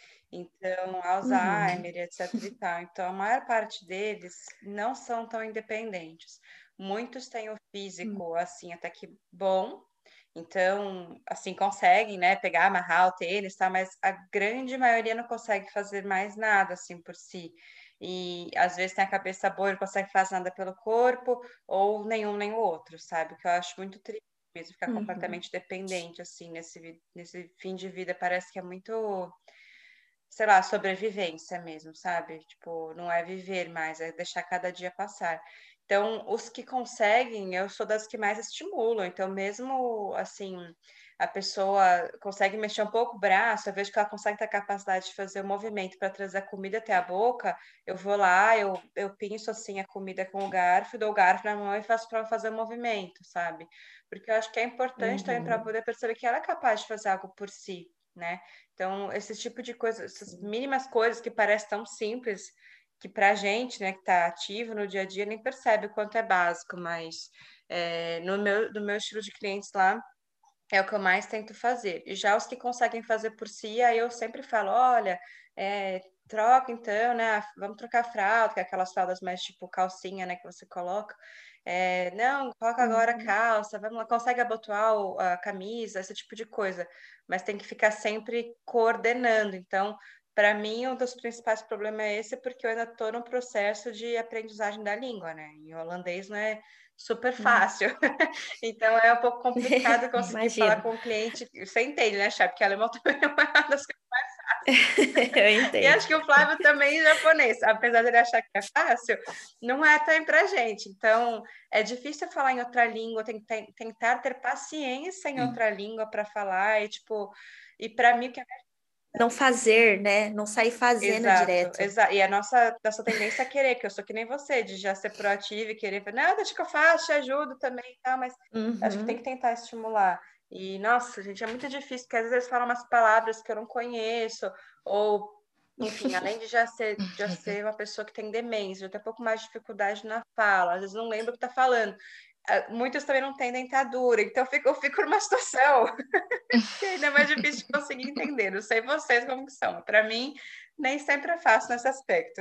Então, uhum, Alzheimer, etc e tal. Então, a maior parte deles não são tão independentes. Muitos têm o físico, assim, até que bom. Então, assim, conseguem, né, pegar, amarrar o tênis, tá? Mas a grande maioria não consegue fazer mais nada, assim, por si. E, às vezes, tem a cabeça boa, não consegue fazer nada pelo corpo, ou nenhum nem o outro, sabe? O que eu acho muito triste mesmo, ficar uhum. completamente dependente, assim, nesse fim de vida. Parece que é muito sei lá, sobrevivência mesmo, sabe? Tipo, não é viver mais, é deixar cada dia passar. Então, os que conseguem, eu sou das que mais estimulam. Então, mesmo assim, a pessoa consegue mexer um pouco o braço, eu vejo que ela consegue ter a capacidade de fazer o movimento para trazer a comida até a boca, eu vou lá, eu pinço assim a comida com o garfo, dou o garfo na mão e faço para ela fazer o movimento, sabe? Porque eu acho que é importante também para Uhum. poder perceber que ela é capaz de fazer algo por si, né? Então, esse tipo de coisa, essas mínimas coisas que parecem tão simples, que para a gente, né, que está ativo no dia a dia, nem percebe o quanto é básico, mas no meu estilo de clientes lá, é o que eu mais tento fazer. E já os que conseguem fazer por si, aí eu sempre falo, olha, troca então, né? Vamos trocar a fralda, que é aquelas fraldas mais tipo calcinha, né, que você coloca. Não, coloca agora a Uhum. calça, vamos lá, consegue abotoar a camisa, esse tipo de coisa. Mas tem que ficar sempre coordenando. Então, para mim, um dos principais problemas é esse, porque eu ainda estou no processo de aprendizagem da língua, né? Em holandês não é super fácil. Então é um pouco complicado conseguir falar Imagino. com o cliente. Você entende, né, Chá? Porque alemão também é uma das coisas. Eu E entendo. acho que o Flávio também é japonês, apesar dele achar que é fácil, não é tão pra gente. Então é difícil falar em outra língua, tentar ter paciência em Sim. outra língua para falar, e tipo, e para mim o que é Não fazer, né? Não sair fazendo exato, direto. exato. E a nossa tendência é querer, que eu sou que nem você, de já ser proativa e querer, não, deixa que eu faço, te ajudo também, e tal, mas acho que tem que Uhum. tentar estimular. E, nossa, gente, é muito difícil, porque às vezes eles falam umas palavras que eu não conheço, ou, enfim, além de já ser uma pessoa que tem demência, já tem um pouco mais de dificuldade na fala, às vezes não lembra o que está falando. Muitos também não têm dentadura, então eu fico numa situação que ainda é mais difícil de conseguir entender. Não sei vocês como que são. Para mim, nem sempre é fácil nesse aspecto.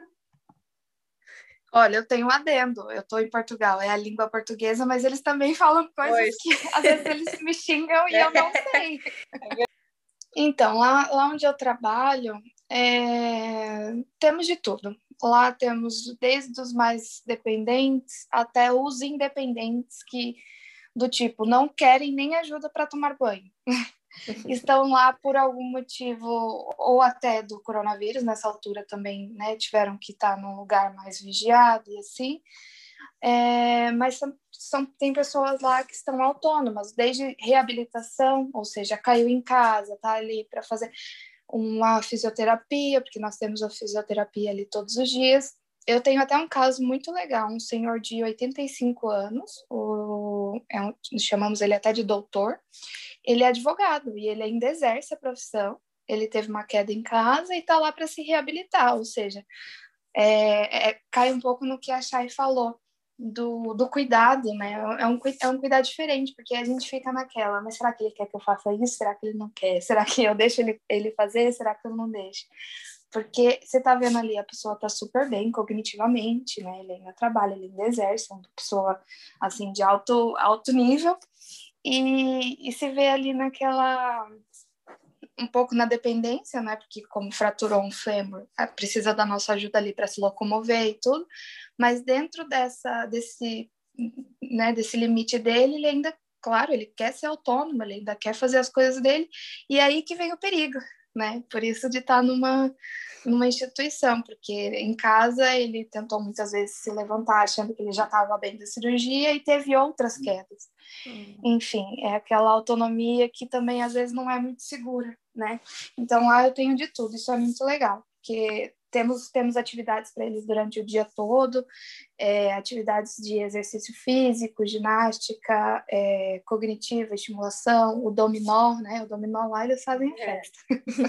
Olha, eu tenho um adendo. Eu estou em Portugal, é a língua portuguesa, mas eles também falam coisas Pois. que às vezes eles me xingam e eu não sei. Então, lá onde eu trabalho, temos de tudo. Lá temos desde os mais dependentes até os independentes que, do tipo, não querem nem ajuda para tomar banho. Estão lá por algum motivo, ou até do coronavírus, nessa altura também, né, tiveram que estar num lugar mais vigiado e assim. Mas tem pessoas lá que estão autônomas, desde reabilitação, ou seja, caiu em casa, tá ali para fazer uma fisioterapia, porque nós temos a fisioterapia ali todos os dias. Eu tenho até um caso muito legal, um senhor de 85 anos, chamamos ele até de doutor, ele é advogado e ele ainda exerce a profissão, ele teve uma queda em casa e está lá para se reabilitar, ou seja, cai um pouco no que a Chay falou, do cuidado, né? É um cuidado diferente, porque a gente fica naquela, mas será que ele quer que eu faça isso? Será que ele não quer? Será que eu deixo ele fazer? Será que eu não deixo? Porque você tá vendo ali, a pessoa tá super bem cognitivamente, né? Ele ainda trabalha, ele ainda exerce, é uma pessoa, assim, de alto nível, e se vê ali naquela um pouco na dependência, né? Porque como fraturou um fêmur, precisa da nossa ajuda ali para se locomover e tudo. Mas dentro desse limite dele, ele ainda, claro, ele quer ser autônomo, ele ainda quer fazer as coisas dele. E aí que vem o perigo, né? Por isso de estar numa instituição, porque em casa ele tentou muitas vezes se levantar achando que ele já estava bem da cirurgia e teve outras quedas. Enfim, é aquela autonomia que também às vezes não é muito segura, né? Então lá eu tenho de tudo, isso é muito legal, porque temos atividades para eles durante o dia todo, atividades de exercício físico, ginástica, cognitiva, estimulação, o dominó, né? O dominó lá eles fazem a festa.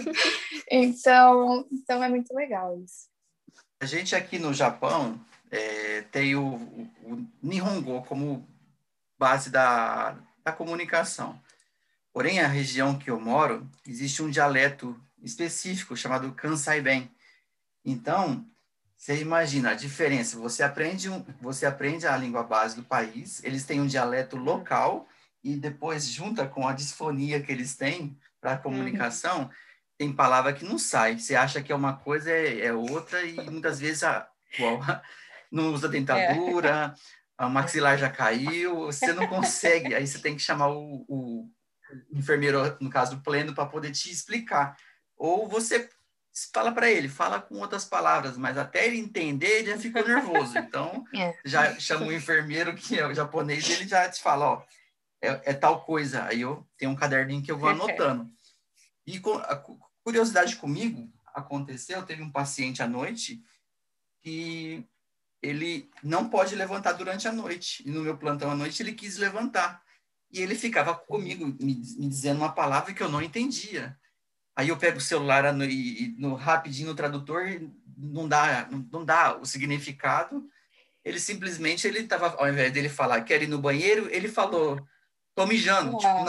Então é muito legal isso. A gente aqui no Japão tem o Nihongo como base da comunicação. Porém, a região que eu moro, existe um dialeto específico chamado Kansai-ben. Então, você imagina a diferença. Você aprende a língua base do país, eles têm um dialeto local e depois junta com a disfonia que eles têm para a comunicação, tem palavra que não sai. Você acha que é uma coisa, é outra e muitas vezes igual, não usa dentadura, a maxilar já caiu, você não consegue. Aí você tem que chamar o enfermeiro, no caso do pleno, para poder te explicar. Ou você fala para ele, fala com outras palavras, mas até ele entender, ele já ficou nervoso. Então, já chama o enfermeiro, que é o japonês, ele já te fala, ó, é tal coisa. Aí eu tenho um caderninho que eu vou anotando. E a curiosidade comigo aconteceu, teve um paciente à noite que ele não pode levantar durante a noite. E no meu plantão à noite ele quis levantar. E ele ficava comigo, me dizendo uma palavra que eu não entendia. Aí eu pego o celular rapidinho no tradutor, não dá o significado. Ele simplesmente, ele estava, ao invés dele falar, quer ir no banheiro, ele falou, tô mijando. Tipo,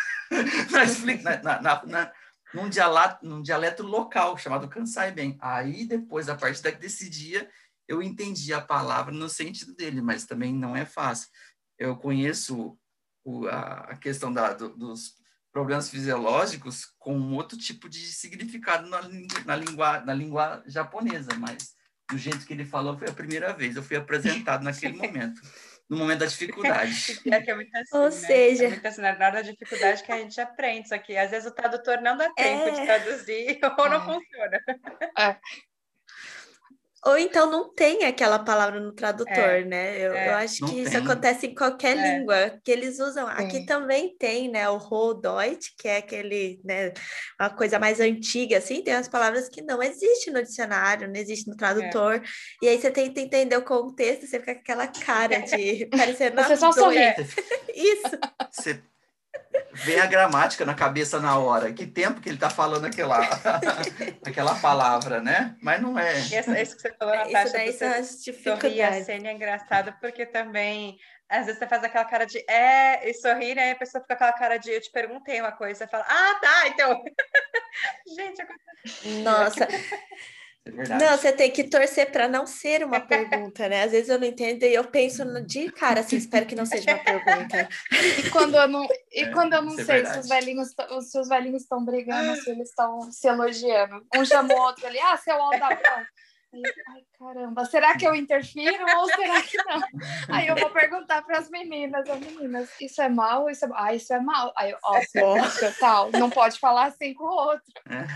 num dialeto local, chamado Kansai Ben. Aí, depois, a partir desse dia, eu entendi a palavra no sentido dele, mas também não é fácil. Eu conheço a questão dos problemas fisiológicos com um outro tipo de significado na língua japonesa, mas do jeito que ele falou foi a primeira vez. Eu fui apresentado naquele momento, no momento da dificuldade. É muito assim, Ou seja... É muito assim, na hora da dificuldade que a gente aprende. Só que às vezes o tradutor não dá tempo de traduzir ou não funciona. Ou então não tem aquela palavra no tradutor, né? Eu acho que isso acontece em qualquer língua que eles usam. Aqui também tem, né? O Hochdeutsch, que é aquele, né? Uma coisa mais antiga, assim. Tem umas palavras que não existem no dicionário, não existe no tradutor. E aí você tenta entender o contexto, você fica com aquela cara de parecendo você só sorri. Isso. Você vê a gramática na cabeça na hora. Que tempo que ele está falando aquela palavra, né? Mas não é. Isso que você falou, Natasha, isso daí são as dificuldades. Sorrir a cena é engraçado, porque também, às vezes você faz aquela cara de e sorrir, né? E a pessoa fica com aquela cara de eu te perguntei uma coisa, você fala, tá, então. Gente, acontece. Nossa. Não, você tem que torcer para não ser uma pergunta, né? Às vezes eu não entendo e eu penso de cara assim, espero que não seja uma pergunta. E quando eu não sei se os seus velhinhos estão brigando, se eles estão se elogiando. Um chama o outro ali, seu aldrabão. Ai, caramba, será que eu interfiro ou será que não? Aí eu vou perguntar para as meninas, isso é mal? Isso é mal. Aí eu, tal, não pode falar assim com o outro.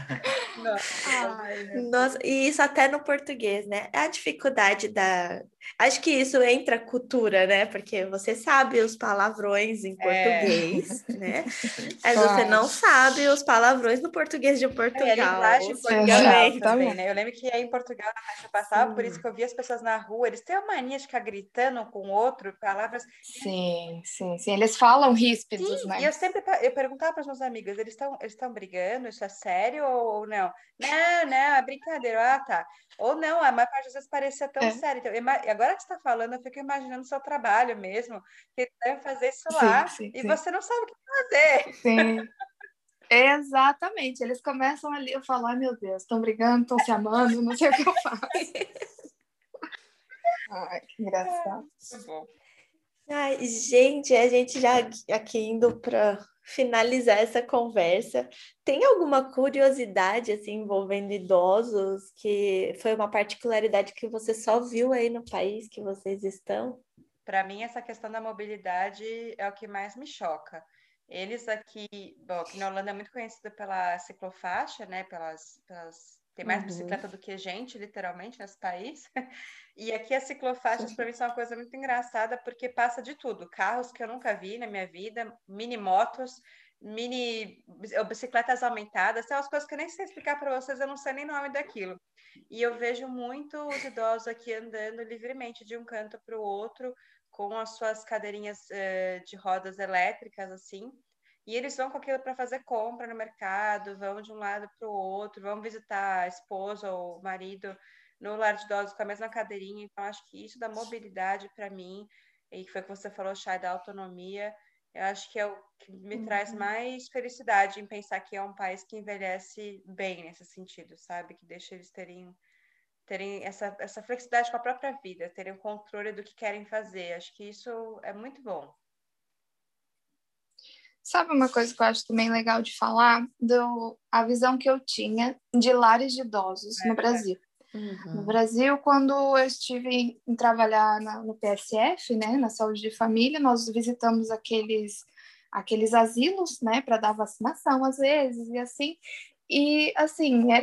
Nossa, e isso até no português, né? É a dificuldade Acho que isso entra cultura, né? Porque você sabe os palavrões em português, né? Mas você não sabe os palavrões no português de Portugal. A linguagem portuguesa também, né? Eu lembro que aí em Portugal, na passava, por isso que eu via as pessoas na rua, eles têm a mania de ficar gritando com o outro, palavras... Sim. Eles falam ríspidos, né? E eu perguntava para as minhas amigas, eles estão brigando? Isso é sério ou não? Não, é brincadeira. Tá. Ou não, a maior parte das vezes parecia tão sério. Então, agora que você está falando, eu fico imaginando o seu trabalho mesmo, que eles devem fazer isso lá, e você não sabe o que fazer. Sim. Exatamente, eles começam ali, eu falo, ai meu Deus, estão brigando, estão se amando, não sei o que eu faço. Ai, que engraçado. Muito bom. Ai, gente, a gente já aqui indo para finalizar essa conversa, tem alguma curiosidade assim envolvendo idosos que foi uma particularidade que você só viu aí no país que vocês estão? Para mim, essa questão da mobilidade é o que mais me choca. Eles aqui, aqui na Holanda é muito conhecida pela ciclofaixa, né? Tem mais bicicleta do que gente, literalmente, nesse país. E aqui as ciclofaixas, para mim, são uma coisa muito engraçada, porque passa de tudo. Carros que eu nunca vi na minha vida, mini motos, bicicletas aumentadas, tem umas coisas que eu nem sei explicar para vocês, eu não sei nem o nome daquilo. E eu vejo muito os idosos aqui andando livremente de um canto para o outro, com as suas cadeirinhas de rodas elétricas, assim, e eles vão com aquilo para fazer compra no mercado, vão de um lado para o outro, vão visitar a esposa ou o marido no lar de idosos com a mesma cadeirinha. Então, acho que isso da mobilidade, para mim, e que foi o que você falou, Chay, da autonomia, eu acho que é o que me traz mais felicidade em pensar que é um país que envelhece bem nesse sentido, sabe? Que deixa eles terem essa flexibilidade com a própria vida, terem o controle do que querem fazer. Acho que isso é muito bom. Sabe uma coisa que eu acho também legal de falar? A visão que eu tinha de lares de idosos no Brasil. No Brasil, quando eu estive em trabalhar no PSF, né, na saúde de família, nós visitamos aqueles asilos, né, para dar vacinação às vezes, e assim, era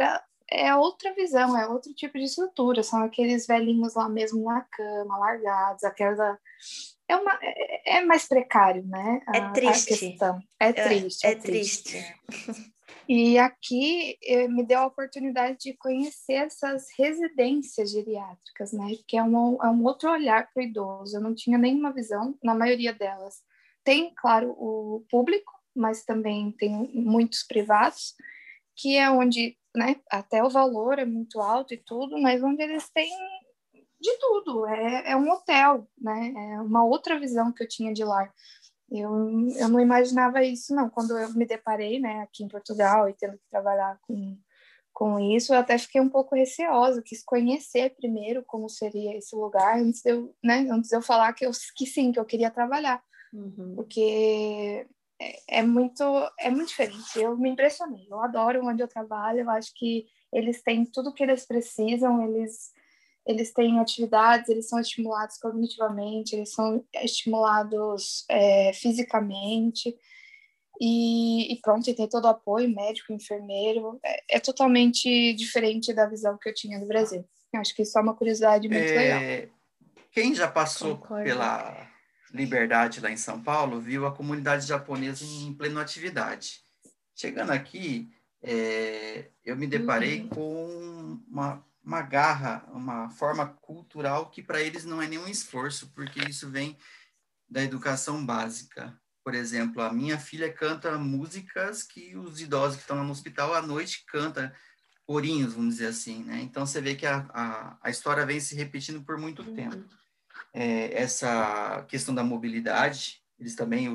é outra visão, é outro tipo de estrutura. São aqueles velhinhos lá mesmo na cama, largados, aquela... É mais precário, né? É A triste. questão. É triste, É é triste. triste. E aqui me deu a oportunidade de conhecer essas residências geriátricas, né? Que é um outro olhar para o idoso. Eu não tinha nenhuma visão, na maioria delas. Tem, claro, o público, mas também tem muitos privados, que é onde, né, até o valor é muito alto e tudo, mas onde eles têm de tudo. É um hotel, né? É uma outra visão que eu tinha de lar. Eu não imaginava isso, não. Quando eu me deparei, né, aqui em Portugal e tendo que trabalhar com isso, eu até fiquei um pouco receosa, quis conhecer primeiro como seria esse lugar, antes de eu falar que sim, que eu queria trabalhar. Uhum. Porque é muito diferente. Eu me impressionei. Eu adoro onde eu trabalho. Eu acho que eles têm tudo o que eles precisam. Eles têm atividades, eles são estimulados cognitivamente, eles são estimulados fisicamente. E pronto, e tem todo o apoio médico, enfermeiro. É totalmente diferente da visão que eu tinha do Brasil. Eu acho que isso é uma curiosidade muito legal. Quem já passou Concordo. pela Liberdade lá em São Paulo, viu a comunidade japonesa em plena atividade. Chegando aqui, eu me deparei com uma garra, uma forma cultural que para eles não é nenhum esforço, porque isso vem da educação básica. Por exemplo, a minha filha canta músicas que os idosos que estão lá no hospital à noite cantam, corinhos, vamos dizer assim, né? Então, você vê que a história vem se repetindo por muito tempo. Essa questão da mobilidade, eles também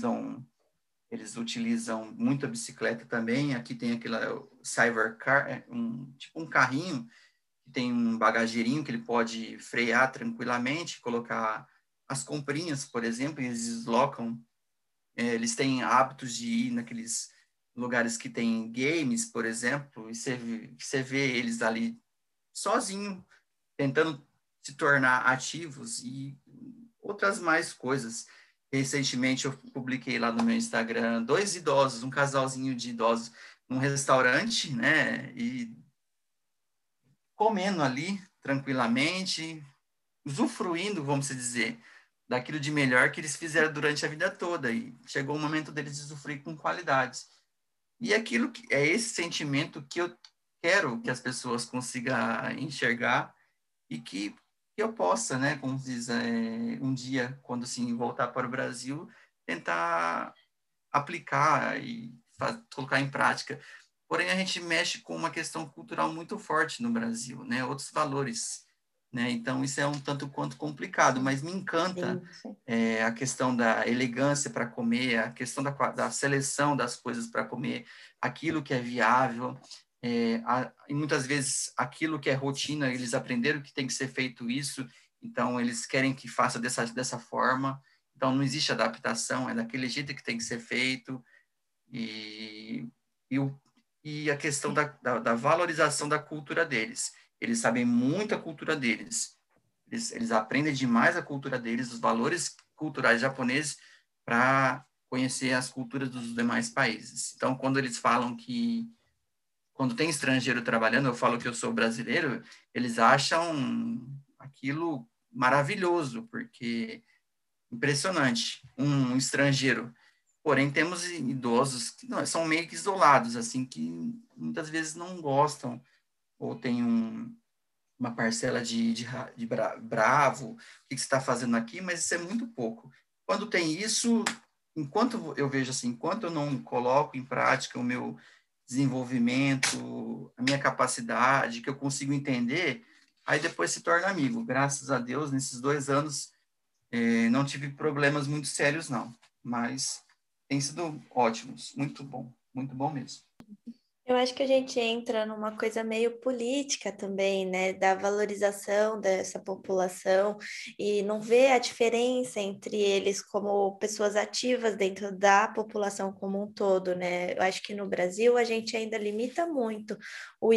utilizam muito a bicicleta também. Aqui tem aquele cybercar, tipo um carrinho que tem um bagageirinho que ele pode frear tranquilamente, colocar as comprinhas, por exemplo, e eles deslocam. Eles têm hábitos de ir naqueles lugares que tem games, por exemplo, e você vê eles ali sozinho, tentando se tornar ativos e outras mais coisas. Recentemente eu publiquei lá no meu Instagram 2 idosos, um casalzinho de idosos num restaurante, né, e comendo ali tranquilamente, usufruindo, vamos dizer, daquilo de melhor que eles fizeram durante a vida toda, e chegou o momento deles usufruir com qualidades. E aquilo é esse sentimento que eu quero que as pessoas consigam enxergar e que eu possa, né, como diz, um dia, quando sim voltar para o Brasil, tentar aplicar e colocar em prática. Porém, a gente mexe com uma questão cultural muito forte no Brasil, né, outros valores, né, então isso é um tanto quanto complicado, mas me encanta a questão da elegância para comer, a questão da seleção das coisas para comer, aquilo que é viável, e muitas vezes aquilo que é rotina, eles aprenderam que tem que ser feito isso, então eles querem que faça dessa forma, então não existe adaptação, é daquele jeito que tem que ser feito, e, e a questão da valorização da cultura deles. Eles sabem muito a cultura deles, eles aprendem demais a cultura deles, os valores culturais japoneses, para conhecer as culturas dos demais países. Então, quando eles falam que quando tem estrangeiro trabalhando, eu falo que eu sou brasileiro, eles acham aquilo maravilhoso, porque impressionante, um estrangeiro. Porém, temos idosos que são meio que isolados, assim, que muitas vezes não gostam, ou tem uma parcela de bravo, o que você está fazendo aqui, mas isso é muito pouco. Quando tem isso, enquanto eu vejo assim, enquanto eu não coloco em prática o meu desenvolvimento, a minha capacidade, que eu consigo entender, aí depois se torna amigo. Graças a Deus, nesses 2 anos, não tive problemas muito sérios, não. Mas tem sido ótimos, muito bom mesmo. Eu acho que a gente entra numa coisa meio política também, né? Da valorização dessa população e não vê a diferença entre eles como pessoas ativas dentro da população como um todo, né? Eu acho que no Brasil a gente ainda limita muito o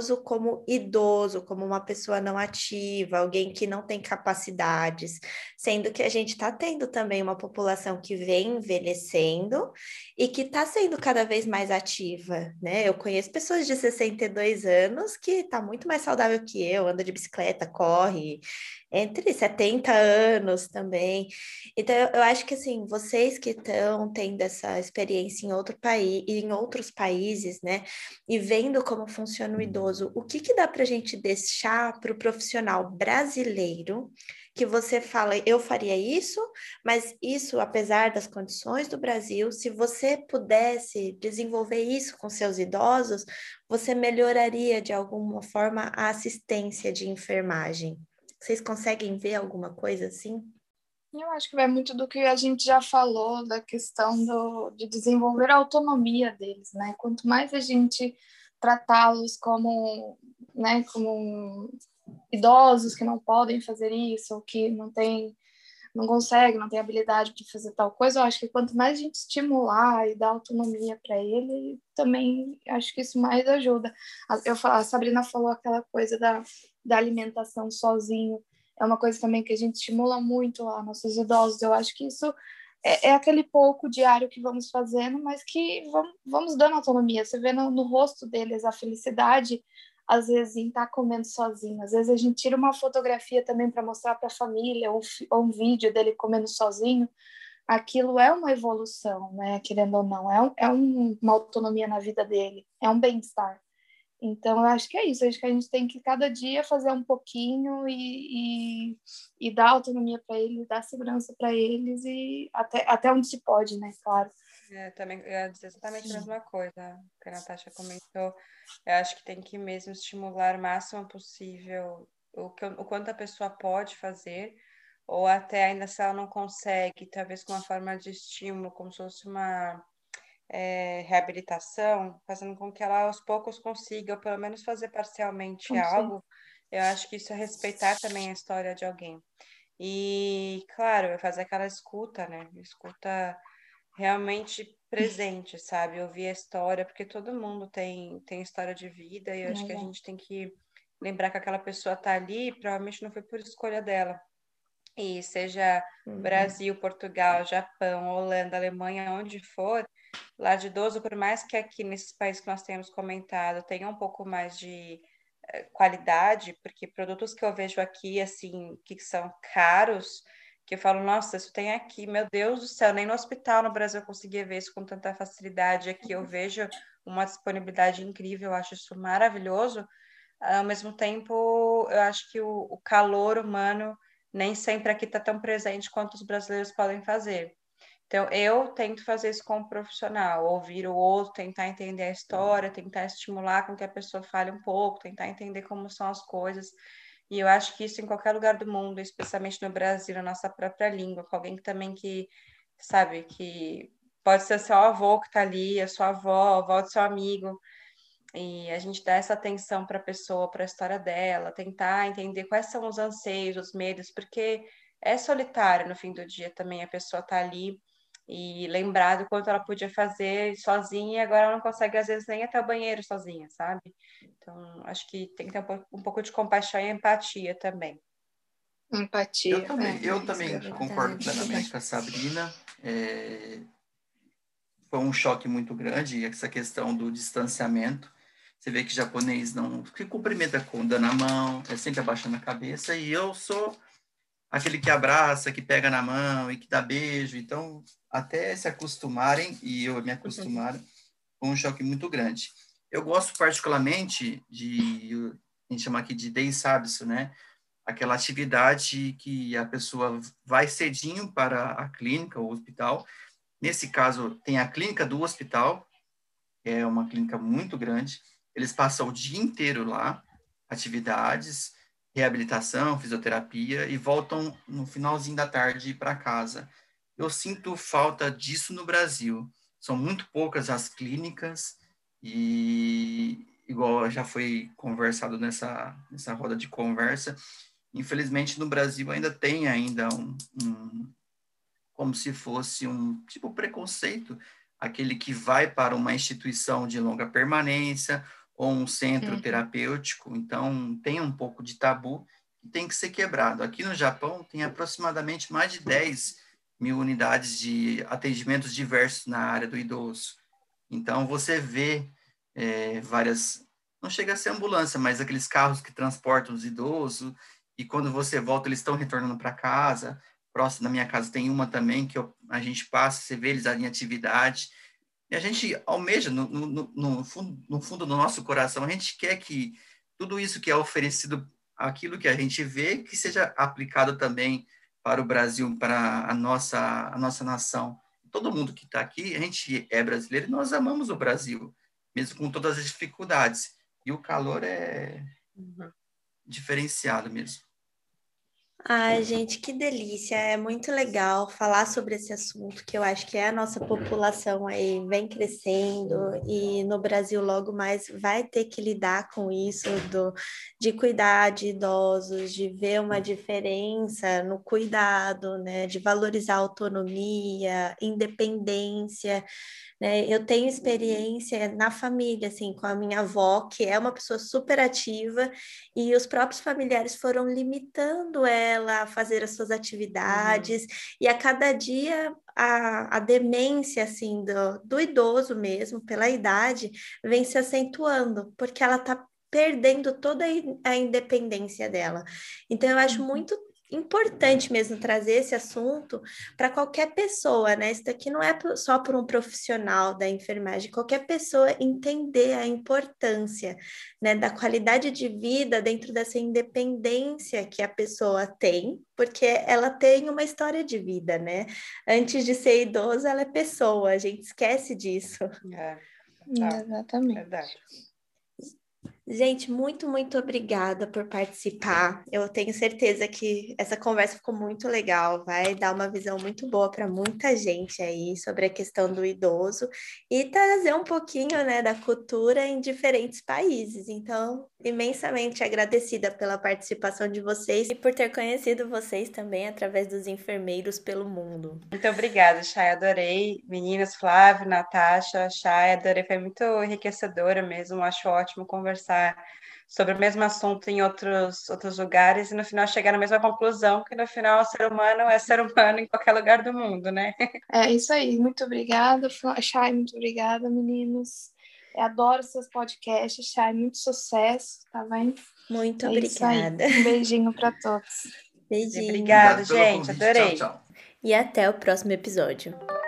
idoso, como uma pessoa não ativa, alguém que não tem capacidades, sendo que a gente está tendo também uma população que vem envelhecendo e que está sendo cada vez mais ativa, né? Eu conheço pessoas de 62 anos que tá muito mais saudável que eu, anda de bicicleta, corre, entre 70 anos também. Então, eu acho que, assim, vocês que estão tendo essa experiência em outro país, em outros países, né, e vendo como funciona o idoso, o que que dá para a gente deixar para o profissional brasileiro que você fala, eu faria isso, mas isso, apesar das condições do Brasil, se você pudesse desenvolver isso com seus idosos, você melhoraria de alguma forma a assistência de enfermagem. Vocês conseguem ver alguma coisa assim? Eu acho que vai muito do que a gente já falou, da questão de desenvolver a autonomia deles, né? Quanto mais a gente tratá-los como, né, como idosos que não podem fazer isso, ou que não conseguem, não têm habilidade para fazer tal coisa, eu acho que quanto mais a gente estimular e dar autonomia para ele, também acho que isso mais ajuda. A Sabrina falou aquela coisa da alimentação sozinho, é uma coisa também que a gente estimula muito lá, nossos idosos. Eu acho que isso é aquele pouco diário que vamos fazendo, mas que vamos dando autonomia. Você vê no rosto deles a felicidade, às vezes, em estar comendo sozinho. Às vezes a gente tira uma fotografia também para mostrar para a família, ou um vídeo dele comendo sozinho. Aquilo é uma evolução, né? Querendo ou não, uma autonomia na vida dele, é um bem-estar. Então, eu acho que é isso. Eu acho que a gente tem que cada dia fazer um pouquinho e dar autonomia para eles, dar segurança para eles e até onde se pode, né? Claro. Também eu ia dizer exatamente a mesma coisa que a Natasha comentou. Eu acho que tem que mesmo estimular o máximo possível o quanto a pessoa pode fazer, ou até ainda se ela não consegue, talvez com uma forma de estímulo, como se fosse uma reabilitação, fazendo com que ela aos poucos consiga, ou pelo menos fazer parcialmente algo. Eu acho que isso é respeitar também a história de alguém. E, claro, fazer aquela escuta, né? Escuta realmente presente, sabe? Ouvir a história, porque todo mundo tem história de vida e eu acho que a gente tem que lembrar que aquela pessoa tá ali, provavelmente não foi por escolha dela. E seja Brasil, Portugal, Japão, Holanda, Alemanha, onde for, lá de idoso, por mais que aqui nesses países que nós temos comentado tenha um pouco mais de qualidade, porque produtos que eu vejo aqui, assim, que são caros, que eu falo, nossa, isso tem aqui, meu Deus do céu, nem no hospital no Brasil eu conseguia ver isso com tanta facilidade. Aqui eu vejo uma disponibilidade incrível, eu acho isso maravilhoso. Ao mesmo tempo, eu acho que o calor humano nem sempre aqui está tão presente quanto os brasileiros podem fazer. Então, eu tento fazer isso como profissional, ouvir o outro, tentar entender a história, tentar estimular com que a pessoa fale um pouco, tentar entender como são as coisas. E eu acho que isso em qualquer lugar do mundo, especialmente no Brasil, na nossa própria língua, com alguém que também que, sabe, que pode ser seu avô que está ali, a sua avó, a avó do seu amigo, e a gente dá essa atenção para a pessoa, para a história dela, tentar entender quais são os anseios, os medos, porque é solitário no fim do dia também a pessoa tá ali e lembrar do quanto ela podia fazer sozinha e agora ela não consegue, às vezes, nem ir até o banheiro sozinha, sabe? Então, acho que tem que ter um pouco de compaixão e empatia também. Empatia. Eu também concordo plenamente com a Sabrina. Foi um choque muito grande essa questão do distanciamento. Você vê que japonês não que cumprimenta dando a mão, é sempre abaixando a cabeça, e eu sou aquele que abraça, que pega na mão e que dá beijo. Então, até se acostumarem, e eu me acostumar, foi um choque muito grande. Eu gosto particularmente a gente chama aqui de day service, né? Aquela atividade que a pessoa vai cedinho para a clínica ou hospital. Nesse caso, tem a clínica do hospital, é uma clínica muito grande. Eles passam o dia inteiro lá, atividades, reabilitação, fisioterapia, e voltam no finalzinho da tarde para casa. Eu sinto falta disso no Brasil. São muito poucas as clínicas e, igual já foi conversado nessa roda de conversa, infelizmente no Brasil ainda tem como se fosse um tipo preconceito, aquele que vai para uma instituição de longa permanência ou um centro terapêutico. Então, tem um pouco de tabu que tem que ser quebrado. Aqui no Japão, tem aproximadamente mais de 10 mil unidades de atendimentos diversos na área do idoso. Então, você vê várias, não chega a ser ambulância, mas aqueles carros que transportam os idosos, e quando você volta, eles estão retornando para casa. Próximo da minha casa tem uma também, que a gente passa, você vê eles ali em atividade, e a gente almeja, no fundo do nosso coração, a gente quer que tudo isso que é oferecido, aquilo que a gente vê, que seja aplicado também para o Brasil, para a nossa nação. Todo mundo que está aqui, a gente é brasileiro e nós amamos o Brasil, mesmo com todas as dificuldades. E o calor é diferenciado mesmo. Ai, gente, que delícia! É muito legal falar sobre esse assunto, que eu acho que a nossa população aí vem crescendo e no Brasil logo mais vai ter que lidar com isso de cuidar de idosos, de ver uma diferença no cuidado, né? De valorizar a autonomia, independência. Né? Eu tenho experiência na família, assim, com a minha avó, que é uma pessoa super ativa, e os próprios familiares foram limitando ela a fazer as suas atividades, e a cada dia a demência, assim, do idoso mesmo, pela idade, vem se acentuando, porque ela está perdendo toda a independência dela. Então, eu acho muito importante mesmo trazer esse assunto para qualquer pessoa, né? Isso daqui não é só por um profissional da enfermagem, qualquer pessoa entender a importância, né, da qualidade de vida dentro dessa independência que a pessoa tem, porque ela tem uma história de vida, né? Antes de ser idosa, ela é pessoa, a gente esquece disso. Exatamente. Verdade. Gente, muito, muito obrigada por participar. Eu tenho certeza que essa conversa ficou muito legal, vai dar uma visão muito boa para muita gente aí sobre a questão do idoso e trazer um pouquinho, né, da cultura em diferentes países. Então, imensamente agradecida pela participação de vocês e por ter conhecido vocês também através dos enfermeiros pelo mundo. Muito obrigada, Chay. Adorei. Meninas, Flávio, Natasha, Chay, adorei. Foi muito enriquecedora mesmo. Acho ótimo conversar sobre o mesmo assunto em outros lugares e no final chegar na mesma conclusão, que no final o ser humano é ser humano em qualquer lugar do mundo, né? É isso aí. Muito obrigada, Chay. Muito obrigada, meninos. Eu adoro seus podcasts, Chay. Muito sucesso, tá bem? Muito É obrigada. Um beijinho para todos. Beijinho. Obrigada, gente. Adorei. Tchau, tchau. E até o próximo episódio.